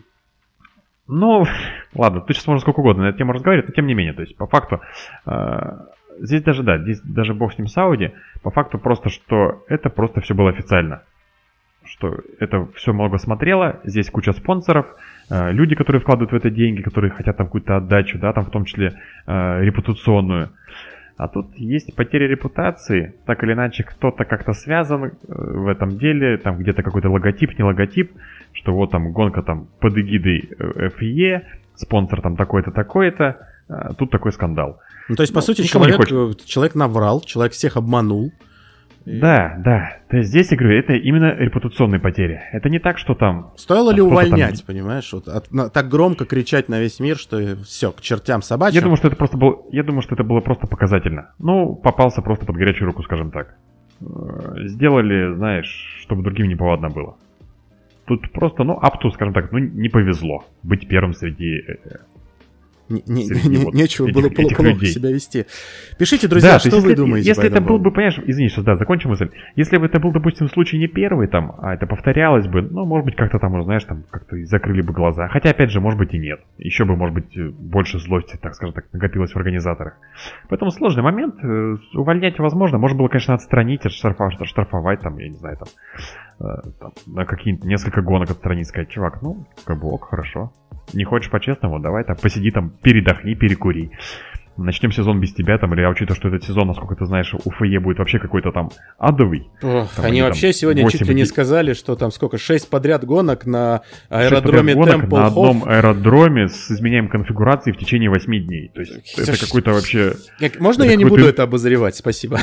Ну, ладно, тут сейчас можно сколько угодно на эту тему разговаривать, но тем не менее, то есть, по факту... Э, здесь даже, да, здесь даже бог с ним с Ауди, по факту просто, что это просто все было официально. Что это все много смотрело, здесь куча спонсоров, э, люди, которые вкладывают в это деньги, которые хотят там какую-то отдачу, да, там в том числе э, репутационную. А тут есть потеря репутации, так или иначе кто-то как-то связан э, в этом деле, там где-то какой-то логотип, не логотип, что вот там гонка там под эгидой эф и и, спонсор там такой-то, такой-то, э, тут такой скандал. Ну то есть, по ну, сути, человек, человек наврал, человек всех обманул. Да, да. То есть здесь, я говорю, это именно репутационные потери. Это не так, что там... Стоило ли увольнять, там... понимаешь? Вот, от, на, так громко кричать на весь мир, что все, к чертям собачьим. Я думаю, что это просто было, я думаю, что это было просто показательно. Ну, попался просто под горячую руку, скажем так. Сделали, знаешь, чтобы другим неповадно было. Тут просто, ну, Апту, скажем так, ну, не повезло быть первым среди... Не, не, не, вот нечего этих, было этих плохо людей. себя вести. Пишите, друзья, да, что вы если, думаете. Если это был бы, понимаешь, извини, что да, закончим мысль. Если бы это был, допустим, случай не первый, там, а это повторялось бы, ну, может быть, как-то там, знаешь, там, как-то и закрыли бы глаза. Хотя, опять же, может быть и нет. Еще бы, может быть, больше злости, так скажем так, накопилось в организаторах. Поэтому сложный момент. Увольнять возможно. Можно было, конечно, отстранить, штрафовать, штрафовать, там, я не знаю, там, там на какие-то несколько гонок отстранить, сказать, чувак, ну, как бы ок, хорошо. Не хочешь по-честному, давай там посиди там, передохни, перекури. Начнем сезон без тебя, там, или я учитывая, что этот сезон, насколько ты знаешь, у эф и и будет вообще какой-то там адовый. Ох, там, они, они вообще сегодня чуть ли не сказали, что там сколько, шесть подряд гонок на аэродроме Темпл на одном аэродроме с изменяемой конфигурацией в течение восьми дней. То есть это, это какой-то вообще... Можно я не буду это обозревать, спасибо.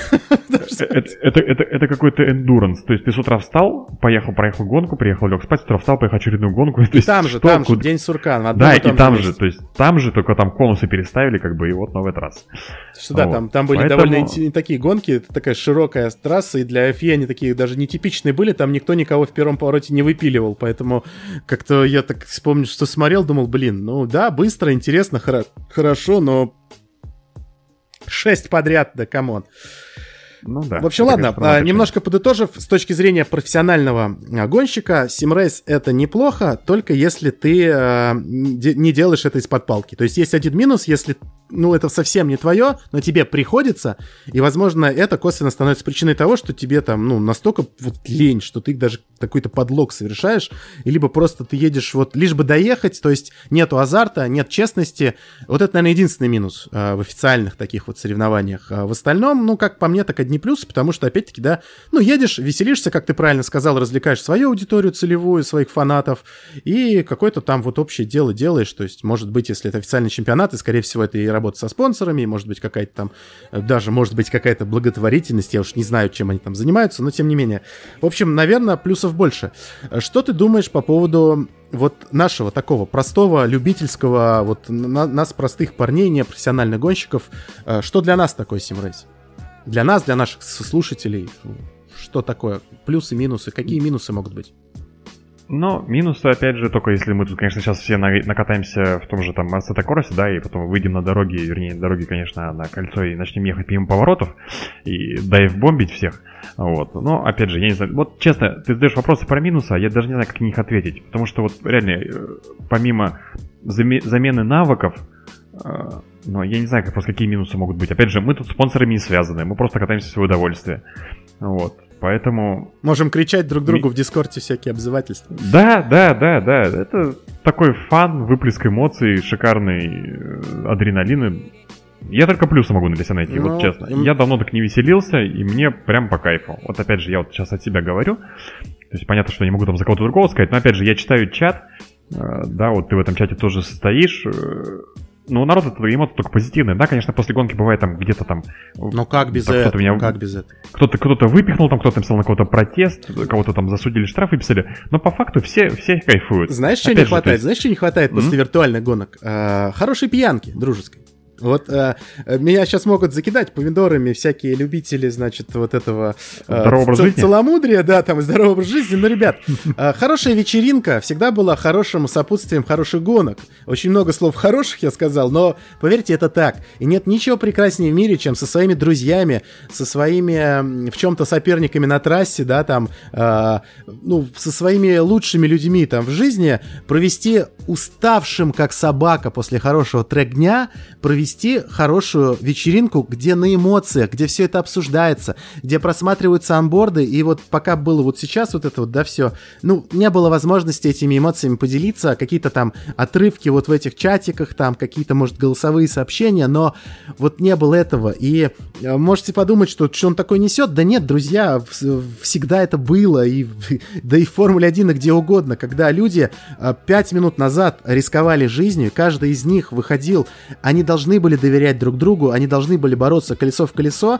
Это какой-то эндуранс. То есть ты с утра встал, поехал, проехал гонку, приехал, лег спать, с утра встал, поехал очередную гонку. И там же, там же, день сурка. Да, и там же, то есть там же, только там конусы переставили, как бы, и вот в этот раз. Что да, вот. там, там были Поэтому... довольно не такие гонки, это такая широкая трасса, и для эф и и они такие даже нетипичные были, там никто никого в первом повороте не выпиливал, поэтому как-то я так вспомнил, что смотрел, думал, блин, ну да, быстро, интересно, хоро- хорошо, но шесть подряд, да камон. Ну да. В общем, это, ладно, конечно, немножко подытожив, с точки зрения профессионального гонщика, симрейс это неплохо, только если ты э, не делаешь это из-под палки. То есть есть один минус, если, ну, это совсем не твое, но тебе приходится, и, возможно, это косвенно становится причиной того, что тебе там, ну, настолько вот лень, что ты даже какой-то подлог совершаешь, и либо просто ты едешь вот лишь бы доехать, то есть нету азарта, нет честности. Вот это, наверное, единственный минус э, в официальных таких вот соревнованиях. А в остальном, ну, как по мне, так одни плюсы, потому что, опять-таки, да, ну, едешь, веселишься, как ты правильно сказал, развлекаешь свою аудиторию целевую, своих фанатов, и какое-то там вот общее дело делаешь, то есть, может быть, если это официальный чемпионат, и, скорее всего, это и работа со спонсорами, и, может быть, какая-то там, даже, может быть, какая-то благотворительность, я уж не знаю, чем они там занимаются, но, тем не менее. В общем, наверное, плюсов больше. Что ты думаешь по поводу вот нашего такого простого, любительского, вот на, нас, простых парней, не профессиональных гонщиков, что для нас такое симрейс? Для нас, для наших слушателей, что такое? Плюсы, минусы? Какие минусы могут быть? Но минусы, опять же, только если мы тут, конечно, сейчас все накатаемся в том же там Ассето-Корсе, да, и потом выйдем на дороги, вернее, дороги, конечно, на кольцо и начнем ехать мимо поворотов и дайв-бомбить всех. Вот. Но, опять же, я не знаю, вот честно, ты задаешь вопросы про минусы, а я даже не знаю, как на них ответить. Потому что вот реально, помимо замены навыков, но я не знаю, как, просто какие минусы могут быть. Опять же, мы тут с спонсорами не связаны, мы просто катаемся в свое удовольствие. Вот. Поэтому... Можем кричать друг другу в Дискорде всякие обзывательства. Да, да, да, да. Это такой фан, выплеск эмоций, шикарный адреналин. Я только плюсы могу на себя найти, ну, вот честно. Им... Я давно так не веселился, и мне прям по кайфу. Вот опять же, я вот сейчас от себя говорю. То есть понятно, что я не могу там за кого-то другого сказать, но опять же, я читаю чат. Да, вот ты в этом чате тоже состоишь. Ну, народ это эмоции только позитивные. Да, конечно, после гонки бывает там где-то там... Ну как без этого? Меня... Как без этого? Кто-то, кто-то выпихнул, там кто-то написал на кого-то протест, кого-то там засудили, штраф выписали. Но по факту все, все кайфуют. Знаешь, что не хватает? Есть... Знаешь, что не хватает после mm-hmm. виртуальных гонок? А, хорошей пьянки, дружеской. Вот э, меня сейчас могут закидать помидорами всякие любители, значит, вот этого э, ц- целомудрия, да, там, здорового образа жизни. Но, ребят, э, хорошая вечеринка всегда была хорошим сопутствием хороших гонок. Очень много слов хороших я сказал, но, поверьте, это так. И нет ничего прекраснее в мире, чем со своими друзьями, со своими в чем-то соперниками на трассе, да, там, э, ну, со своими лучшими людьми там в жизни провести уставшим, как собака после хорошего трек-дня, провести хорошую вечеринку, где на эмоциях, где все это обсуждается, где просматриваются онборды, и вот пока было вот сейчас вот это вот, да, все, ну, не было возможности этими эмоциями поделиться, какие-то там отрывки вот в этих чатиках, там какие-то, может, голосовые сообщения, но вот не было этого, и можете подумать, что, что он такой несет, да нет, друзья, всегда это было, и, да и в Формуле один, и где угодно, когда люди пять минут назад рисковали жизнью, каждый из них выходил, они должны были доверять друг другу, они должны были бороться колесо в колесо.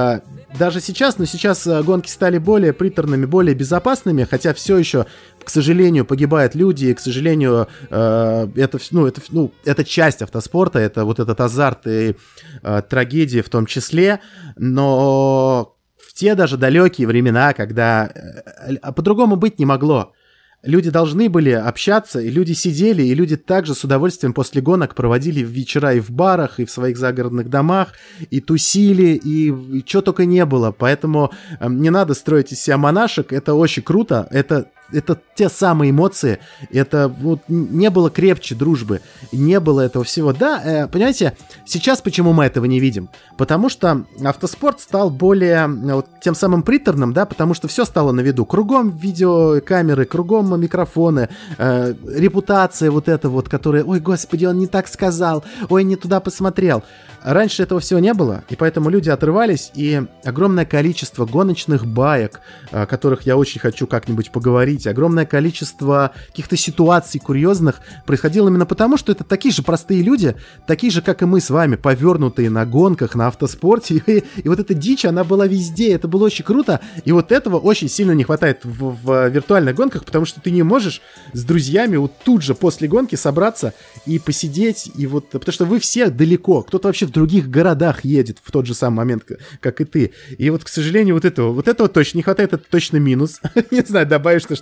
Даже сейчас, но сейчас гонки стали более приторными, более безопасными, хотя все еще, к сожалению, погибают люди, и, к сожалению, это, ну, это, ну, это часть автоспорта, это вот этот азарт и трагедии в том числе, но в те даже далекие времена, когда по-другому быть не могло, люди должны были общаться, и люди сидели, и люди также с удовольствием после гонок проводили вечера и в барах, и в своих загородных домах, и тусили, и, и чего только не было. Поэтому э, не надо строить из себя монашек, это очень круто, это... Это те самые эмоции, это вот не было крепче дружбы, не было этого всего. Да, э, понимаете, сейчас почему мы этого не видим? Потому что автоспорт стал более вот, тем самым приторным, да, потому что все стало на виду. Кругом видеокамеры, кругом микрофоны, э, репутация вот эта вот, которая, ой, господи, он не так сказал, ой, не туда посмотрел. Раньше этого всего не было, и поэтому люди отрывались, и огромное количество гоночных баек, о которых я очень хочу как-нибудь поговорить, огромное количество каких-то ситуаций курьезных происходило именно потому, что это такие же простые люди, такие же, как и мы с вами, повернутые на гонках, на автоспорте, и, и вот эта дичь, она была везде, это было очень круто, и вот этого очень сильно не хватает в, в виртуальных гонках, потому что ты не можешь с друзьями вот тут же после гонки собраться и посидеть, и вот, потому что вы все далеко, кто-то вообще в других городах едет в тот же самый момент, как и ты, и вот, к сожалению, вот этого, вот этого точно не хватает, это точно минус, не знаю, добавишь ты что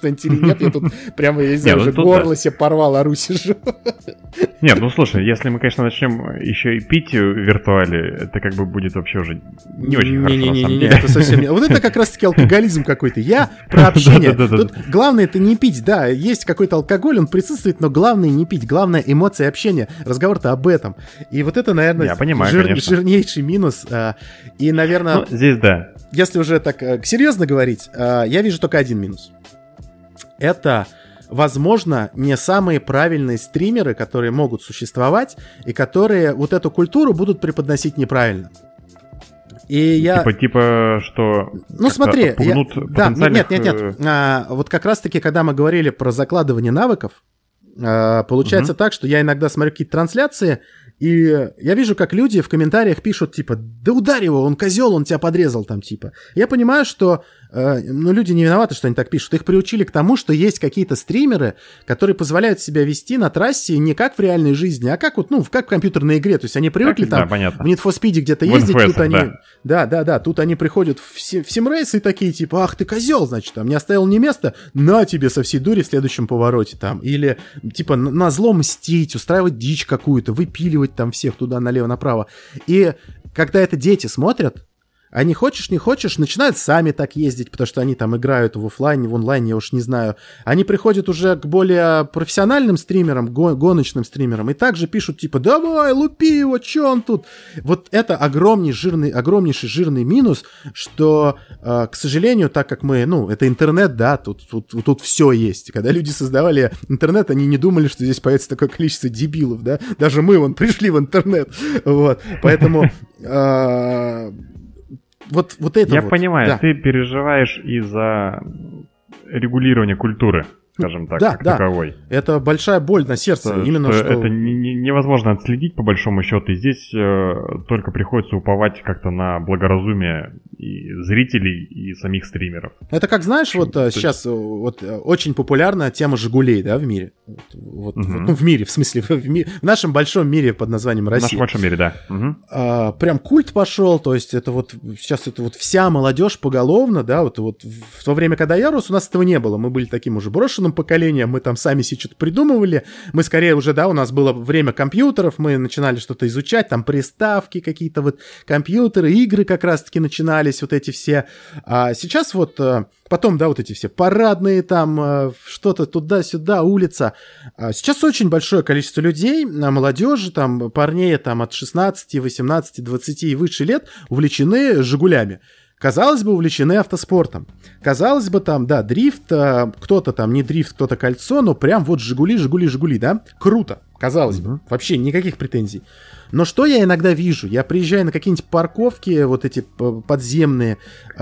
что-нибудь или нет. Я тут прямо, я не знаю, уже горло себе порвал, ору сижу. Нет, ну слушай, если мы, конечно, начнем еще и пить в виртуале, это как бы будет вообще уже не очень хорошо, на самом деле. Это совсем не... Вот это как раз-таки алкоголизм какой-то. Я про общение. Тут главное это не пить, да, есть какой-то алкоголь, он присутствует, но главное не пить, главное эмоции общения. Разговор-то об этом. И вот это, наверное, жирнейший минус. И, наверное... Здесь да. Если уже так серьезно говорить, я вижу только один минус. Это, возможно, не самые правильные стримеры, которые могут существовать, и которые вот эту культуру будут преподносить неправильно. И я... Типа, типа, что... Ну смотри, я... да, нет, нет, нет. А, вот как раз-таки, когда мы говорили про закладывание навыков, а, получается угу. так, что я иногда смотрю какие-то трансляции, и я вижу, как люди в комментариях пишут, типа, да ударь его, он козел, он тебя подрезал там, типа. Я понимаю, что, э, ну, люди не виноваты, что они так пишут. Их приучили к тому, что есть какие-то стримеры, которые позволяют себя вести на трассе не как в реальной жизни, а как вот, ну, как в компьютерной игре. То есть они привыкли как, там да, в Need for Speed где-то ездить, тут да. они... Да, да, да, тут они приходят в, сим- в симрейсы и такие, типа, ах ты козел, значит, там, не оставил ни места, на тебе со всей дури в следующем повороте там. Или, типа, на зло мстить, устраивать дичь какую-то, выпиливать там всех туда налево-направо. И когда это дети смотрят, они хочешь не хочешь начинают сами так ездить, потому что они там играют в офлайне, в онлайне, я уж не знаю. Они приходят уже к более профессиональным стримерам, го- гоночным стримерам, и также пишут типа «давай, лупи его, чё он тут?». Вот это огромный, жирный, огромнейший жирный минус, что, э, к сожалению, так как мы, ну, это интернет, да, тут, тут, тут все есть. Когда люди создавали интернет, они не думали, что здесь появится такое количество дебилов, да. Даже мы, вон, пришли в интернет, вот. Поэтому... Вот, вот это Я вот. понимаю, да. ты переживаешь из-за регулирования культуры, скажем так, да, как да. таковой. Это большая боль на сердце. Что, именно что, что... Это не, не, невозможно отследить, по большому счету. И здесь э, только приходится уповать как-то на благоразумие и зрителей, и самих стримеров. Это как, знаешь, вот То сейчас есть... вот, очень популярна тема «Жигулей», да, в мире. Вот, угу. вот, ну, в мире, в смысле, в, ми... в нашем большом мире под названием Россия. В нашем большом мире, да. Угу. А, прям культ пошел, то есть это вот сейчас это вот вся молодежь поголовно, да, вот, вот в то время, когда я рос, у нас этого не было. Мы были таким уже брошенным поколением, мы там сами себе что-то придумывали. Мы скорее уже, да, у нас было время компьютеров, мы начинали что-то изучать, там приставки какие-то, вот компьютеры, игры как раз-таки начинались, вот эти все. А сейчас вот потом, да, вот эти все парадные там, что-то туда-сюда, улица. А сейчас очень большое количество людей, молодежи, там, парней там от шестнадцати, восемнадцати, двадцати и выше лет увлечены «Жигулями». Казалось бы, увлечены автоспортом. Казалось бы, там, да, дрифт, кто-то там не дрифт, кто-то кольцо, но прям вот «Жигули», «Жигули», «Жигули», да? Круто, казалось бы. Вообще никаких претензий. Но что я иногда вижу? Я приезжаю на какие-нибудь парковки, вот эти подземные,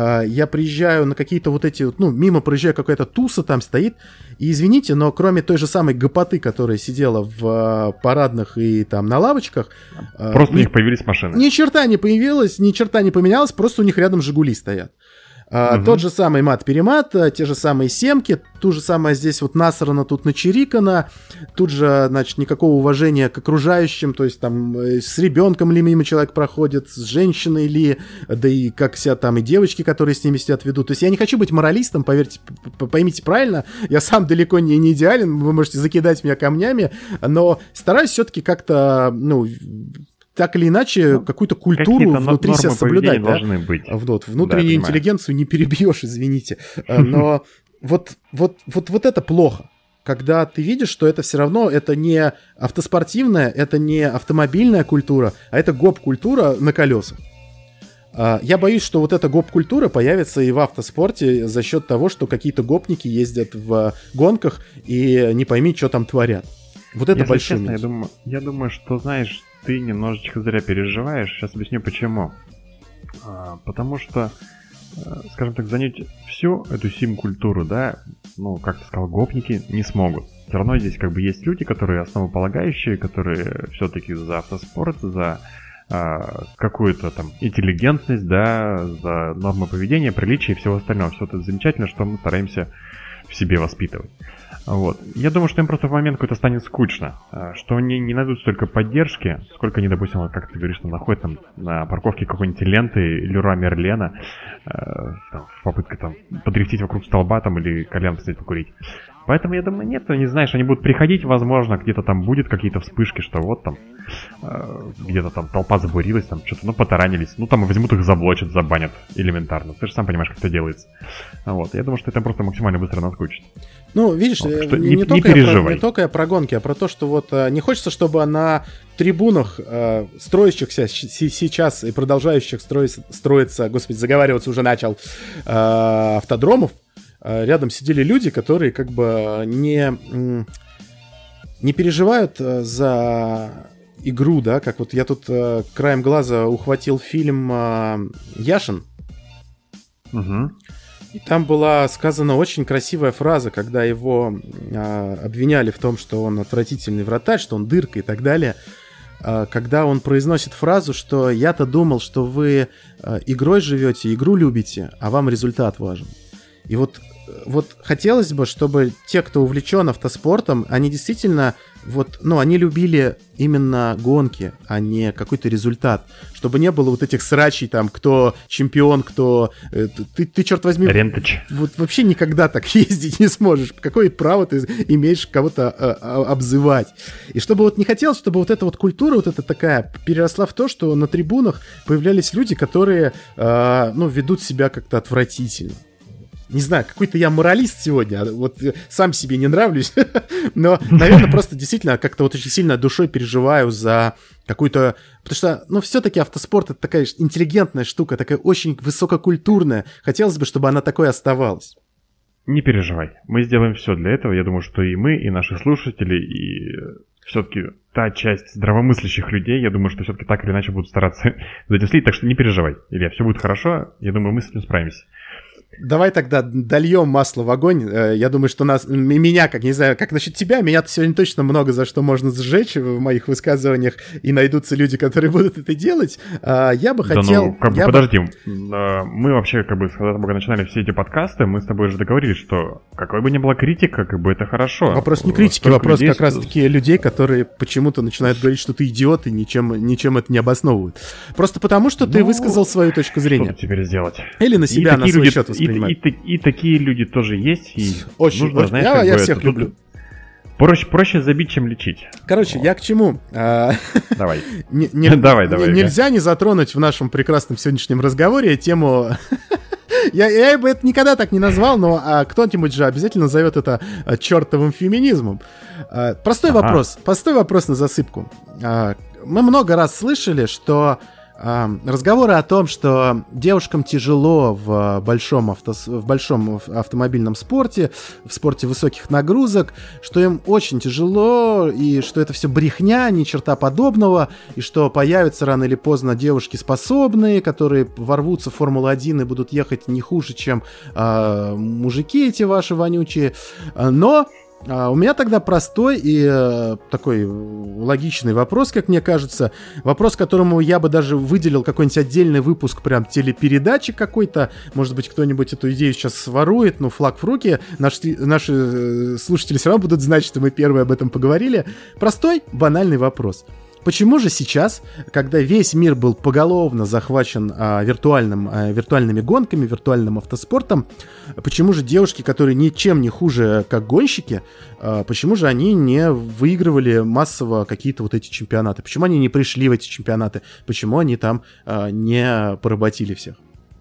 я приезжаю на какие-то вот эти, ну, мимо проезжаю, какая-то туса там стоит, и извините, но кроме той же самой гопоты, которая сидела в парадных и там на лавочках... Просто ни, у них появились машины. Ни черта не появилось, ни черта не поменялось, просто у них рядом «Жигули» стоят. Uh, угу. Тот же самый мат-перемат, те же самые семки, ту же самое здесь вот насрано, тут начирикано, тут же, значит, никакого уважения к окружающим, то есть там с ребенком ли мимо человек проходит, с женщиной ли, да и как себя там и девочки, которые с ними сидят, ведут. То есть я не хочу быть моралистом, поверьте, поймите правильно, я сам далеко не, не идеален, вы можете закидать меня камнями, но стараюсь все-таки как-то, ну... так или иначе, ну, какую-то культуру внутри себя соблюдать. Да? Должны быть. Вот, внутреннюю да, интеллигенцию не перебьешь, извините. Но вот, вот, вот, вот это плохо. Когда ты видишь, что это все равно это не автоспортивная, это не автомобильная культура, а это гоп-культура на колесах. Я боюсь, что вот эта гоп-культура появится и в автоспорте за счет того, что какие-то гопники ездят в гонках и не пойми, что там творят. Вот это большой минус. Я думаю, я думаю, что, знаешь, ты немножечко зря переживаешь. Сейчас объясню, почему. А, потому что, скажем так, занять всю эту сим-культуру, да, ну, как ты сказал, гопники не смогут. Все равно здесь как бы есть люди, которые основополагающие, которые все-таки за автоспорт, за какую-то там интеллигентность, да, за нормы поведения, приличия и всего остального. Все это замечательно, что мы стараемся в себе воспитывать. Вот. Я думаю, что им просто в момент какой-то станет скучно, что они не найдут столько поддержки, сколько они, допустим, вот как ты говоришь, там, находят там, на парковке какой-нибудь ленты Леруа Мерлена, э, там, в попытке там, подрифтить вокруг столба там, или кальян посидеть покурить. Поэтому я думаю, нет, не знаешь, они будут приходить, возможно, где-то там будет какие-то вспышки, что вот там э, где-то там толпа забурилась, там что-то, ну, потаранились, ну, там возьмут их, заблочат, забанят элементарно. Ты же сам понимаешь, как это делается. Вот, я думаю, что это просто максимально быстро наскучит. Ну, видишь, вот, не, не, не, не, только переживай. Про, не только я про гонки, а про то, что вот не хочется, чтобы на трибунах, э, строящихся сейчас и продолжающих строить, строиться, господи, заговариваться уже начал, э, автодромов, рядом сидели люди, которые как бы не, не переживают за игру, да, как вот я тут краем глаза ухватил фильм «Яшин». Угу. И там была сказана очень красивая фраза, когда его обвиняли в том, что он отвратительный вратарь, что он дырка и так далее. Когда он произносит фразу, что «я-то думал, что вы игрой живете, игру любите, а вам результат важен». И вот, вот хотелось бы, чтобы те, кто увлечен автоспортом, они действительно, вот, ну, они любили именно гонки, а не какой-то результат. Чтобы не было вот этих срачей, там, кто чемпион, кто... Э, ты, ты, черт возьми, Рентач. Вот вообще никогда так ездить не сможешь. Какое право ты имеешь кого-то э, обзывать? И чтобы вот не хотелось, чтобы вот эта вот культура, вот эта такая, переросла в то, что на трибунах появлялись люди, которые, э, ну, ведут себя как-то отвратительно. Не знаю, какой-то я моралист сегодня, вот сам себе не нравлюсь, но, наверное, просто действительно как-то вот очень сильно душой переживаю за какую-то... Потому что, ну, все-таки автоспорт — это такая интеллигентная штука, такая очень высококультурная. Хотелось бы, чтобы она такой оставалась. Не переживай, мы сделаем все для этого. Я думаю, что и мы, и наши слушатели, и все-таки та часть здравомыслящих людей, я думаю, что все-таки так или иначе будут стараться за этим следить. Так что не переживай, Илья, все будет хорошо. Я думаю, мы с этим справимся. Давай тогда дольем масло в огонь. Я думаю, что нас, меня, как не знаю, как насчет тебя, меня-то сегодня точно много за что можно сжечь в моих высказываниях, и найдутся люди, которые будут это делать. Я бы да хотел... Ну, как бы, я подожди, бы... мы вообще, как бы, когда мы начинали все эти подкасты, мы с тобой уже договорились, что какой бы ни была критика, как бы это хорошо. Вопрос не критики, Столько вопрос людей... как раз-таки людей, которые почему-то начинают говорить, что ты идиот, и ничем, ничем это не обосновывают. Просто потому, что ты ну, высказал свою точку зрения. Что теперь сделать? Или на себя, на свой люди, счет воспринимать. И, и, и такие люди тоже есть. И очень, нужно, очень. Знаешь, я, я бы, всех это, люблю. Проще, проще забить, чем лечить. Короче, вот. Я к чему? Давай. не, не, давай, давай. Нельзя не затронуть в нашем прекрасном сегодняшнем разговоре тему... Я, я бы это никогда так не назвал, но а, кто-нибудь же обязательно назовет это а, чертовым феминизмом. А, простой ага. вопрос, простой вопрос на засыпку. А, мы много раз слышали, что а, разговоры о том, что девушкам тяжело в большом, авто, в большом автомобильном спорте, в спорте высоких нагрузок, что им очень тяжело, и что это все брехня, ни черта подобного, и что появятся рано или поздно девушки способные, которые ворвутся в Формулу один и будут ехать не хуже, чем а, мужики эти ваши вонючие. Но... Uh, у меня тогда простой и uh, такой логичный вопрос, как мне кажется. Вопрос, которому я бы даже выделил какой-нибудь отдельный выпуск прям телепередачи какой-то. Может быть, кто-нибудь эту идею сейчас сворует, ну, флаг в руки. Наши, наши uh, слушатели все равно будут знать, что мы первые об этом поговорили. Простой, банальный вопрос. Почему же сейчас, когда весь мир был поголовно захвачен а, виртуальным, а, виртуальными гонками, виртуальным автоспортом, почему же девушки, которые ничем не хуже, как гонщики, а, почему же они не выигрывали массово какие-то вот эти чемпионаты? Почему они не пришли в эти чемпионаты? Почему они там а, не поработили всех?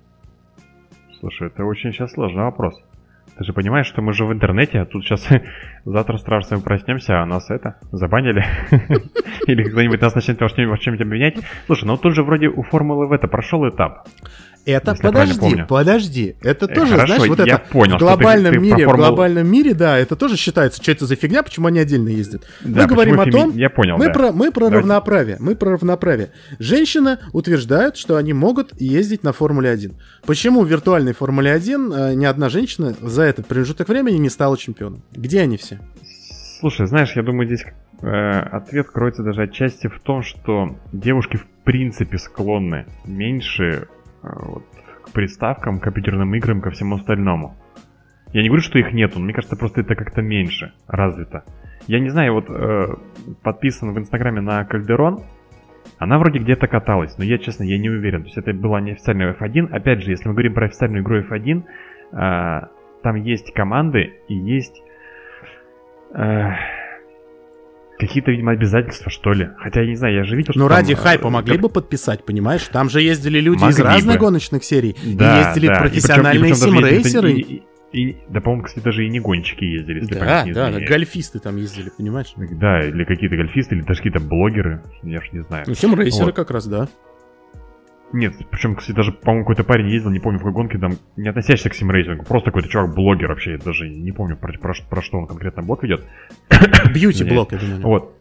Слушай, это очень сейчас сложный вопрос. Ты же понимаешь, что мы же в интернете, а тут сейчас завтра с мы проснемся, а нас это, забанили. Или кто-нибудь нас начнет во чем-нибудь обвинять. Слушай, ну тут же вроде у Формулы В это прошел этап. Это, подожди, подожди, это э, тоже, хорошо, знаешь, вот это понял, в глобальном ты, ты мире, формулу... в глобальном мире, да, это тоже считается, что это за фигня, почему они отдельно ездят. Да, мы говорим о том, я понял, мы, да. про, мы про Давайте. равноправие, мы про равноправие. Женщины утверждают, что они могут ездить на Формуле один. Почему в виртуальной Формуле один э, ни одна женщина за этот промежуток времени не стала чемпионом? Где они все? Слушай, знаешь, я думаю, здесь э, ответ кроется даже отчасти в том, что девушки в принципе склонны меньше э, вот, к приставкам, к компьютерным играм, ко всему остальному. Я не говорю, что их нету, но мне кажется, просто это как-то меньше развито. Я не знаю, вот э, подписан в Инстаграме на Кальдерон. Она вроде где-то каталась, но я, честно, я не уверен. То есть это была не официальная эф один. Опять же, если мы говорим про официальную игру эф один, э, там есть команды и есть э, какие-то, видимо, обязательства, что ли. Хотя я не знаю, я же видел, что Ну, там, ради хайпа э, могли как... бы подписать, понимаешь? Там же ездили люди могли из разных бы. гоночных серий. Да, и ездили да. профессиональные и причем, и причем симрейсеры. И, и, и, да, по-моему, кстати, даже и не гонщики ездили, если Да, память не да, изменяет. гольфисты там ездили, понимаешь? Да, или какие-то гольфисты, или даже какие-то блогеры, я ж не знаю. Ну, симрейсеры Вот. как раз, да. Нет, причем, кстати, даже, по-моему, какой-то парень ездил, не помню, в какой гонке, там, не относящийся к симрейсингу, просто какой-то чувак-блогер вообще, я даже не помню, про, про, про что он конкретно блог ведет. Бьюти-блог, я думаю. Вот.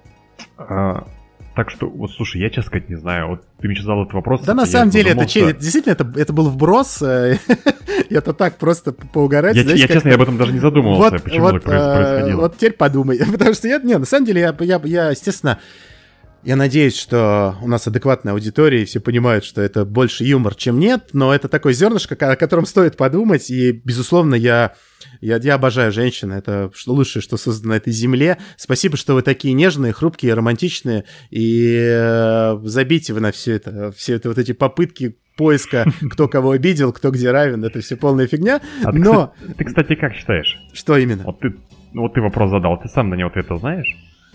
А, так что, вот, слушай, я, честно сказать, не знаю, вот ты мне задал этот вопрос. Да, на я самом деле, это, задумался. че- это действительно, это, это был вброс. э, Это так просто поугарать. Я, знаешь, я как- честно, я об этом даже не задумывался, Вот, почему вот, так проис- э, происходило. вот теперь подумай. Потому что я, не, на самом деле, я, я, я, естественно, я надеюсь, что у нас адекватная аудитория, и все понимают, что это больше юмор, чем нет, но это такое зернышко, о котором стоит подумать, и, безусловно, я, я, я обожаю женщин, это что лучшее, что создано на этой земле. Спасибо, что вы такие нежные, хрупкие, романтичные, и э, забейте вы на все это, все это вот эти попытки поиска, кто кого обидел, кто где равен, это все полная фигня, А ты, но... кстати, ты, кстати, как считаешь? Что именно? Вот ты, вот ты вопрос задал, ты сам на него это знаешь?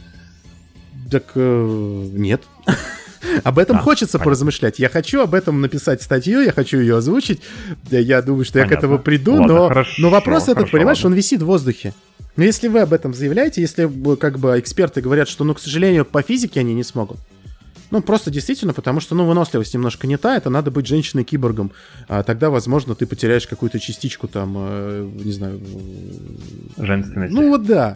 Так э, нет. Об этом А, хочется понятно. поразмышлять. Я хочу об этом написать статью, я хочу ее озвучить. Я- Я думаю, что я к Понятно. этому приду, Ладно, но, хорошо, но вопрос этот, хорошо, понимаешь, ладно. он висит в воздухе. Но если вы об этом заявляете, если э, как бы эксперты говорят, что, ну, к сожалению, по физике они не смогут. Ну, просто действительно, потому что, ну, выносливость немножко не та, это надо быть женщиной-киборгом. А тогда, возможно, ты потеряешь какую-то частичку там, э, не знаю... э, Женственности. Ну, вот да.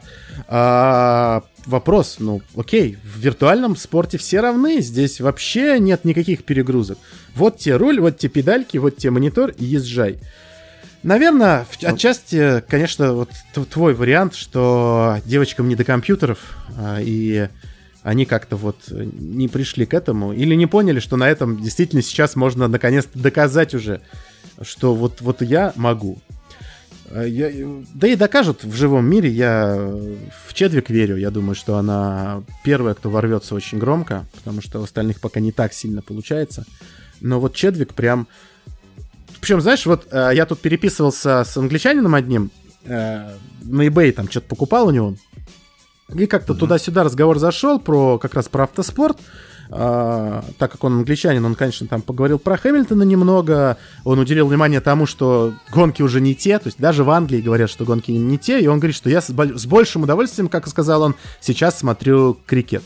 А, вопрос, ну, окей, в виртуальном спорте все равны, здесь вообще нет никаких перегрузок. Вот тебе руль, вот тебе педальки, вот тебе монитор, и езжай. Наверное, в- отчасти, конечно, вот т- твой вариант, что девочкам не до компьютеров, а, и они как-то вот не пришли к этому, или не поняли, что на этом действительно сейчас можно наконец-то доказать уже, что вот, вот я могу. А я- да и докажут в живом мире, я в Чедвик верю, я думаю, что она первая, кто ворвется очень громко, потому что у остальных пока не так сильно получается. Но вот Чедвик прям... Причем, знаешь, вот э, я тут переписывался с англичанином одним, э, на eBay там что-то покупал у него, и как-то туда-сюда разговор зашел про как раз про автоспорт. А, так как он англичанин, он, конечно, там поговорил про Хэмилтона немного, он уделил внимание тому, что гонки уже не те, то есть даже в Англии говорят, что гонки не те, и он говорит, что я с, боль- с большим удовольствием, как сказал он, сейчас смотрю крикет.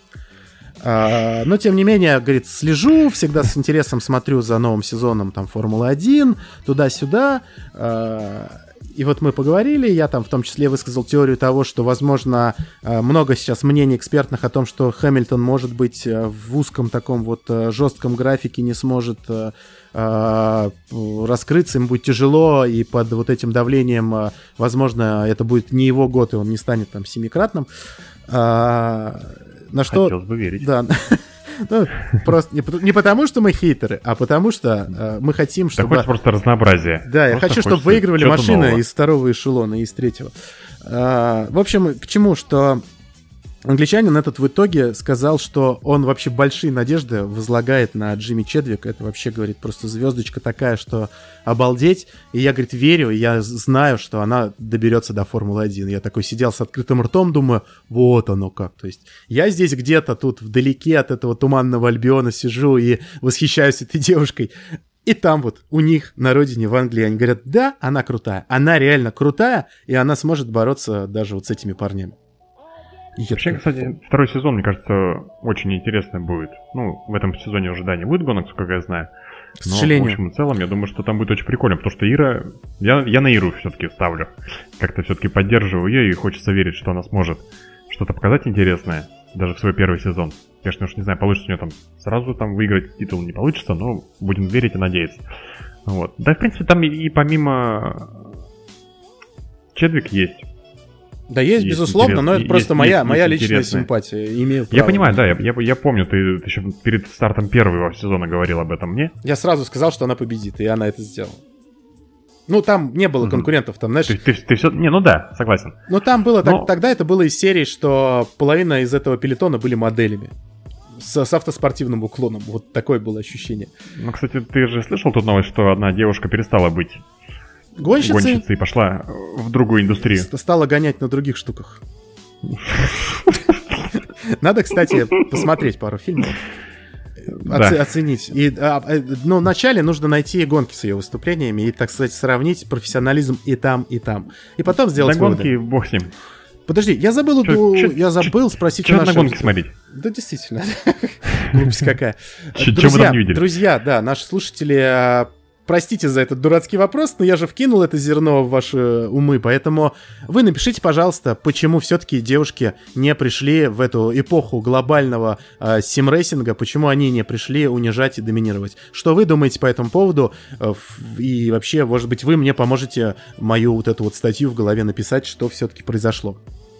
А, но, тем не менее, говорит, слежу, всегда с интересом смотрю за новым сезоном там Формулы один, туда-сюда. А, и вот мы поговорили, я там в том числе высказал теорию того, что, возможно, а, много сейчас мнений экспертных о том, что Хэмилтон, может быть, а, в узком таком вот а, жестком графике не сможет а, а, раскрыться, ему будет тяжело, и под вот этим давлением, а, возможно, это будет не его год, и он не станет там семикратным. А, на что... Хотелось бы верить. Да. Ну, просто не, пот- не потому, что мы хейтеры, а потому что э, мы хотим, Да чтобы... хочется просто разнообразие. Да, я Просто хочу, чтобы хочется выигрывали чего-то машины нового. из второго эшелона и из третьего. А, в общем, к чему, что англичанин этот в итоге сказал, что он вообще большие надежды возлагает на Джимми Чедвик. Это вообще, говорит, просто звездочка такая, что обалдеть. И я, говорит, верю, и я знаю, что она доберется до Формулы один. Я такой сидел с открытым ртом, думаю, вот оно как. То есть я здесь где-то тут вдалеке от этого туманного Альбиона сижу и восхищаюсь этой девушкой. И там вот у них на родине, в Англии, они говорят, да, она крутая. Она реально крутая, и она сможет бороться даже вот с этими парнями. И я Вообще, такой, кстати, второй сезон, мне кажется, очень интересно будет. Ну, в этом сезоне уже, да, не будет гонок, сколько я знаю. К Но, сожалению. в общем и целом, я думаю, что там будет очень прикольно, потому что Ира... Я, я на Иру все-таки ставлю. Как-то все-таки поддерживаю ее, и хочется верить, что она сможет что-то показать интересное, даже в свой первый сезон. Конечно, уж не знаю, получится у нее там сразу там выиграть титул, не получится, но будем верить и надеяться. Вот. Да, в принципе, там и, и помимо Чедвик есть Да есть, есть безусловно, интерес, но это есть, просто есть, моя, есть, моя есть личная интересные. Симпатия. Имею я понимаю, да, я, я, я помню, ты, ты еще перед стартом первого сезона говорил об этом мне. Я сразу сказал, что она победит, и она это сделала. Ну, там не было конкурентов, там, знаешь... Ты, ты, ты все... Не, ну да, согласен. Ну, там было... Но... Так, тогда это было из серии, что половина из этого пелетона были моделями. С, с автоспортивным уклоном. Вот такое было ощущение. Ну, кстати, ты же слышал тут новость, что одна девушка перестала быть гонщицей, гонщицей и пошла в другую индустрию. Стала гонять на других штуках. Надо, кстати, посмотреть пару фильмов. Оце- да. Оценить. И, а, ну, вначале нужно найти гонки с ее выступлениями и, так сказать, сравнить профессионализм и там, и там. И потом сделать выводы. На гонки, бог с ним. Подожди, я забыл, чё, у, чё, я забыл чё, спросить чё у наших... на гонки смотреть? Да, действительно. Глупость какая. Чё мы там не видели? Друзья, да, наши слушатели... Простите за этот дурацкий вопрос, но я же вкинул это зерно в ваши умы, поэтому вы напишите, пожалуйста, почему все-таки девушки не пришли в эту эпоху глобального э, симрейсинга, почему они не пришли унижать и доминировать. Что вы думаете по этому поводу? Э, и вообще, может быть, вы мне поможете мою вот эту вот статью в голове написать, что все-таки произошло.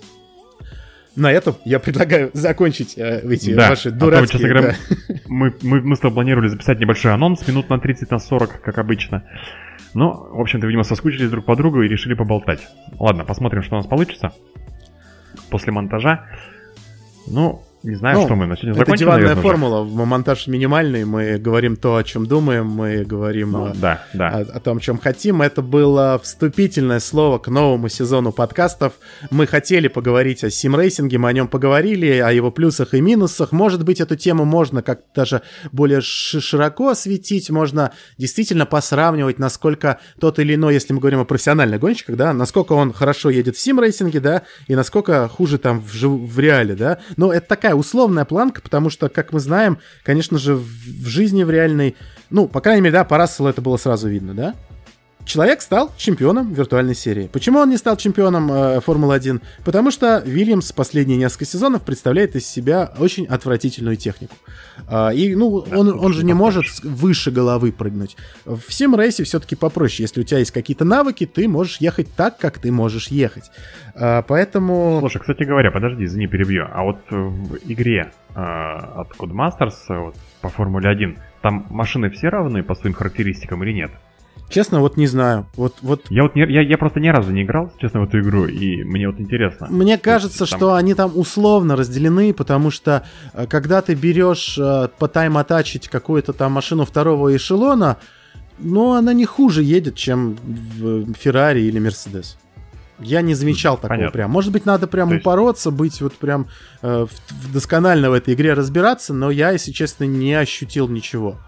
На этом я предлагаю закончить э, эти да. ваши дурацкие... А то, говоря, да. мы, мы, мы с тобой планировали записать небольшой анонс, минут на тридцать, на сорок, как обычно. Но, в общем-то, видимо, соскучились друг по другу и решили поболтать. Ладно, посмотрим, что у нас получится после монтажа. Ну, не знаю, ну, что мы на сегодня закончим, это диванная наверное, формула. Уже. Монтаж минимальный. Мы говорим то, о чем думаем. Мы говорим ну, о, да, да. О, о том, о чем хотим. Это было вступительное слово к новому сезону подкастов. Мы хотели поговорить о симрейсинге. Мы о нем поговорили, о его плюсах и минусах. Может быть, эту тему можно как-то даже более широко осветить. Можно действительно посравнивать, насколько тот или иной, если мы говорим о профессиональных гонщиках, да, насколько он хорошо едет в симрейсинге, да, и насколько хуже там в, жив... в реале, да. Но это такая условная планка, потому что, как мы знаем, конечно же, в, в жизни, в реальной, ну, по крайней мере, да, по Расселу это было сразу видно, да? Человек стал чемпионом виртуальной серии. Почему он не стал чемпионом э, Формулы один? Потому что Вильямс последние несколько сезонов представляет из себя очень отвратительную технику. Э, и, ну, да, он, он же не может выше головы прыгнуть. В симрейсе все-таки попроще. Если у тебя есть какие-то навыки, ты можешь ехать так, как ты можешь ехать. Э, поэтому... Слушай, кстати говоря, подожди, извини, перебью. А вот в игре э, от Codemasters вот, по Формуле один, там машины все равны по своим характеристикам или нет? Честно, вот не знаю. Вот, вот... Я, вот не, я, я просто ни разу не играл, честно, в эту игру, и мне вот интересно. Мне кажется, есть, там... что они там условно разделены, потому что когда ты берешь по тайм-атачить какую-то там машину второго эшелона, ну, она не хуже едет, чем в Феррари или Мерседес. Я не замечал такого. Понятно. Прям. Может быть, надо прям есть... упороться, быть вот прям э, в, досконально в этой игре разбираться, но я, если честно, не ощутил ничего.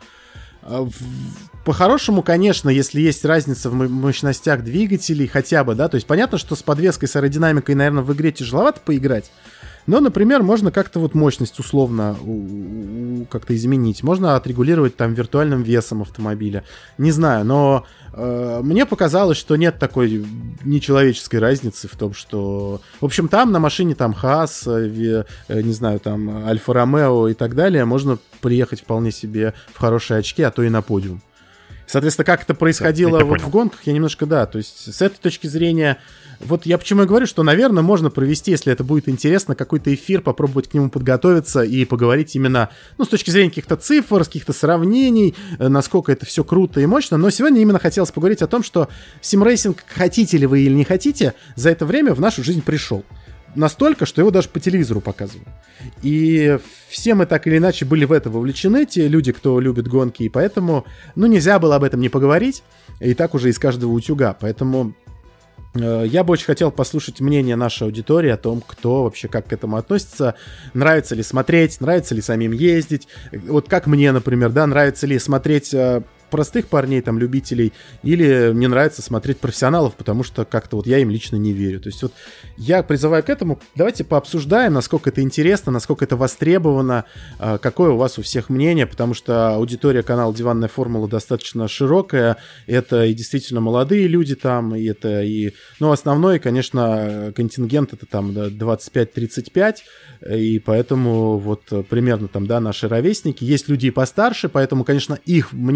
По-хорошему, конечно, если есть разница в мощностях двигателей хотя бы, да, то есть понятно, что с подвеской, с аэродинамикой, наверное, в игре тяжеловато поиграть, но, например, можно как-то вот мощность условно как-то изменить, можно отрегулировать там виртуальным весом автомобиля, не знаю, но э, мне показалось, что нет такой нечеловеческой разницы в том, что, в общем, там на машине там Хаас, э, э, не знаю, там Альфа-Ромео и так далее, можно приехать вполне себе в хорошие очки, а то и на подиум. Соответственно, как это происходило вот в гонках, я немножко, да, то есть с этой точки зрения, вот я почему и говорю, что, наверное, можно провести, если это будет интересно, какой-то эфир, попробовать к нему подготовиться и поговорить именно, ну, с точки зрения каких-то цифр, каких-то сравнений, насколько это все круто и мощно, но сегодня именно хотелось поговорить о том, что симрейсинг, хотите ли вы или не хотите, за это время в нашу жизнь пришел. Настолько, что его даже по телевизору показывают. И все мы так или иначе были в это вовлечены, те люди, кто любит гонки, и поэтому, ну, нельзя было об этом не поговорить, и так уже из каждого утюга. Поэтому э, я бы очень хотел послушать мнение нашей аудитории о том, кто вообще как к этому относится, нравится ли смотреть, нравится ли самим ездить. Вот как мне, например, да, нравится ли смотреть... Э, простых парней, там, любителей, или мне нравится смотреть профессионалов, потому что как-то вот я им лично не верю. То есть вот я призываю к этому, давайте пообсуждаем, насколько это интересно, насколько это востребовано, какое у вас у всех мнение, потому что аудитория канала «Диванная формула» достаточно широкая, это и действительно молодые люди там, и это и... Ну, основной, конечно, контингент это там двадцать пять тридцать пять, и поэтому вот примерно там, да, наши ровесники. Есть люди и постарше, поэтому, конечно, их мнение тоже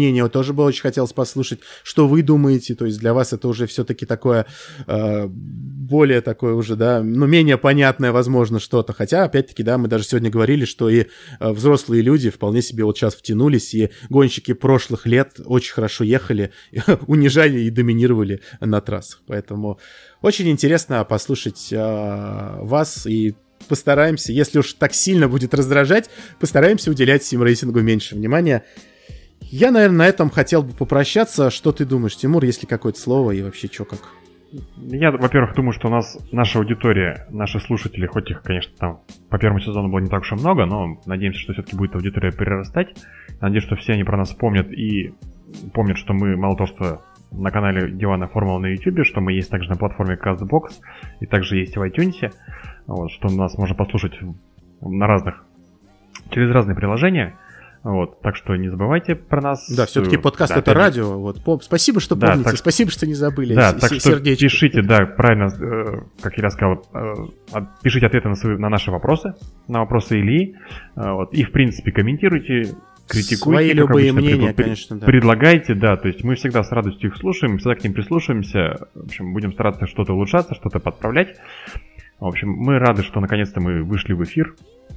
тоже бы очень хотелось послушать, что вы думаете, то есть для вас это уже все-таки такое, э, более такое уже, да, ну, менее понятное, возможно, что-то, хотя, опять-таки, да, мы даже сегодня говорили, что и э, взрослые люди вполне себе вот сейчас втянулись, и гонщики прошлых лет очень хорошо ехали, унижали и доминировали на трассах, поэтому очень интересно послушать э, вас, и постараемся, если уж так сильно будет раздражать, постараемся уделять симрейсингу меньше внимания. Я, наверное, на этом хотел бы попрощаться. Что ты думаешь, Тимур, есть ли какое-то слово и вообще что как? Я, во-первых, думаю, что у нас наша аудитория, наши слушатели, хоть их, конечно, там по первому сезону было не так уж и много, но надеемся, что все-таки будет аудитория перерастать. Надеюсь, что все они про нас помнят и помнят, что мы мало того, что на канале Дивана Формула на YouTube, что мы есть также на платформе CastBox и также есть в iTunes. Вот, что нас можно послушать на разных, через разные приложения. Вот, так что не забывайте про нас. Да, все-таки подкаст да, это опять... радио. Вот. Спасибо, что да, помните, так... спасибо, что не забыли. Да, с- так с- что сердечко. Пишите, да, правильно, э, как я сказал, э, пишите ответы на, свои, на наши вопросы, на вопросы Ильи. Э, вот, и, в принципе, комментируйте, критикуйте. Свои любые обычно, мнения, пред... конечно, да. Предлагайте, да, то есть мы всегда с радостью их слушаем, всегда к ним прислушаемся. В общем, будем стараться что-то улучшаться, что-то подправлять. В общем, мы рады, что наконец-то мы вышли в эфир.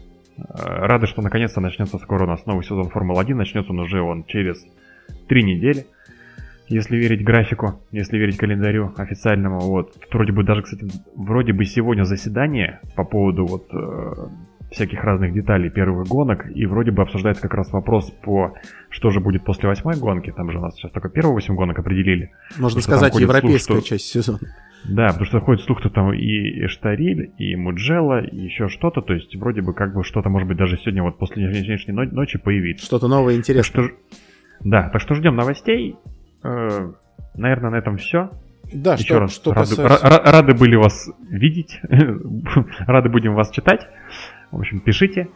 Рады, что наконец-то начнется скоро у нас новый сезон Формулы один. Начнется он уже он через три недели. Если верить графику, если верить календарю официальному. Вот. Тут вроде бы даже, кстати, вроде бы сегодня заседание по поводу вот э, всяких разных деталей первых гонок. И вроде бы обсуждается как раз вопрос по что же будет после восьмой гонки. Там же у нас сейчас только первые восемь гонок определили. Можно сказать, европейская слух, что... часть сезона. Да, потому что ходит слух, что там и Эштариль, и Муджелло, и еще что-то. То есть вроде бы как бы что-то, может быть, даже сегодня вот после сегодняшней ночи появится. Что-то новое интересное. Так что, да, так что ждем новостей. Э, наверное, на этом все. Да, еще что, раз что рады, касается... ра- рады были вас видеть. Рады будем вас читать. В общем, пишите.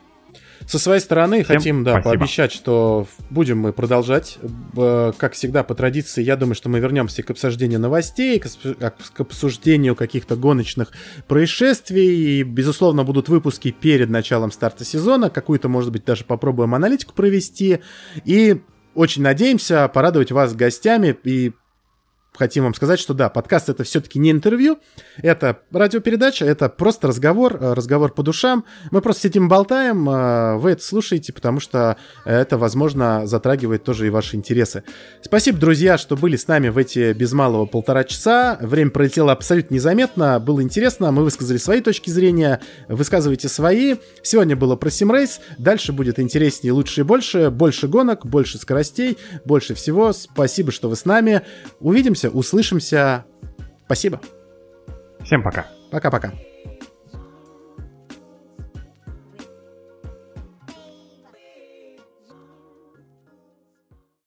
Со своей стороны Всем хотим, да, спасибо. пообещать, что будем мы продолжать. Как всегда, по традиции, я думаю, что мы вернемся к обсуждению новостей, к обсуждению каких-то гоночных происшествий. И, безусловно, будут выпуски перед началом старта сезона. Какую-то, может быть, даже попробуем аналитику провести. И очень надеемся порадовать вас гостями и хотим вам сказать, что да, подкаст — это все-таки не интервью, это радиопередача, это просто разговор, разговор по душам. Мы просто сидим, болтаем, вы это слушаете, потому что это, возможно, затрагивает тоже и ваши интересы. Спасибо, друзья, что были с нами в эти без малого полтора часа. Время пролетело абсолютно незаметно, было интересно, мы высказали свои точки зрения, высказывайте свои. Сегодня было про Симрейс, дальше будет интереснее, лучше и больше, больше гонок, больше скоростей, больше всего. Спасибо, что вы с нами. Увидимся, услышимся. Спасибо. Всем пока. Пока-пока.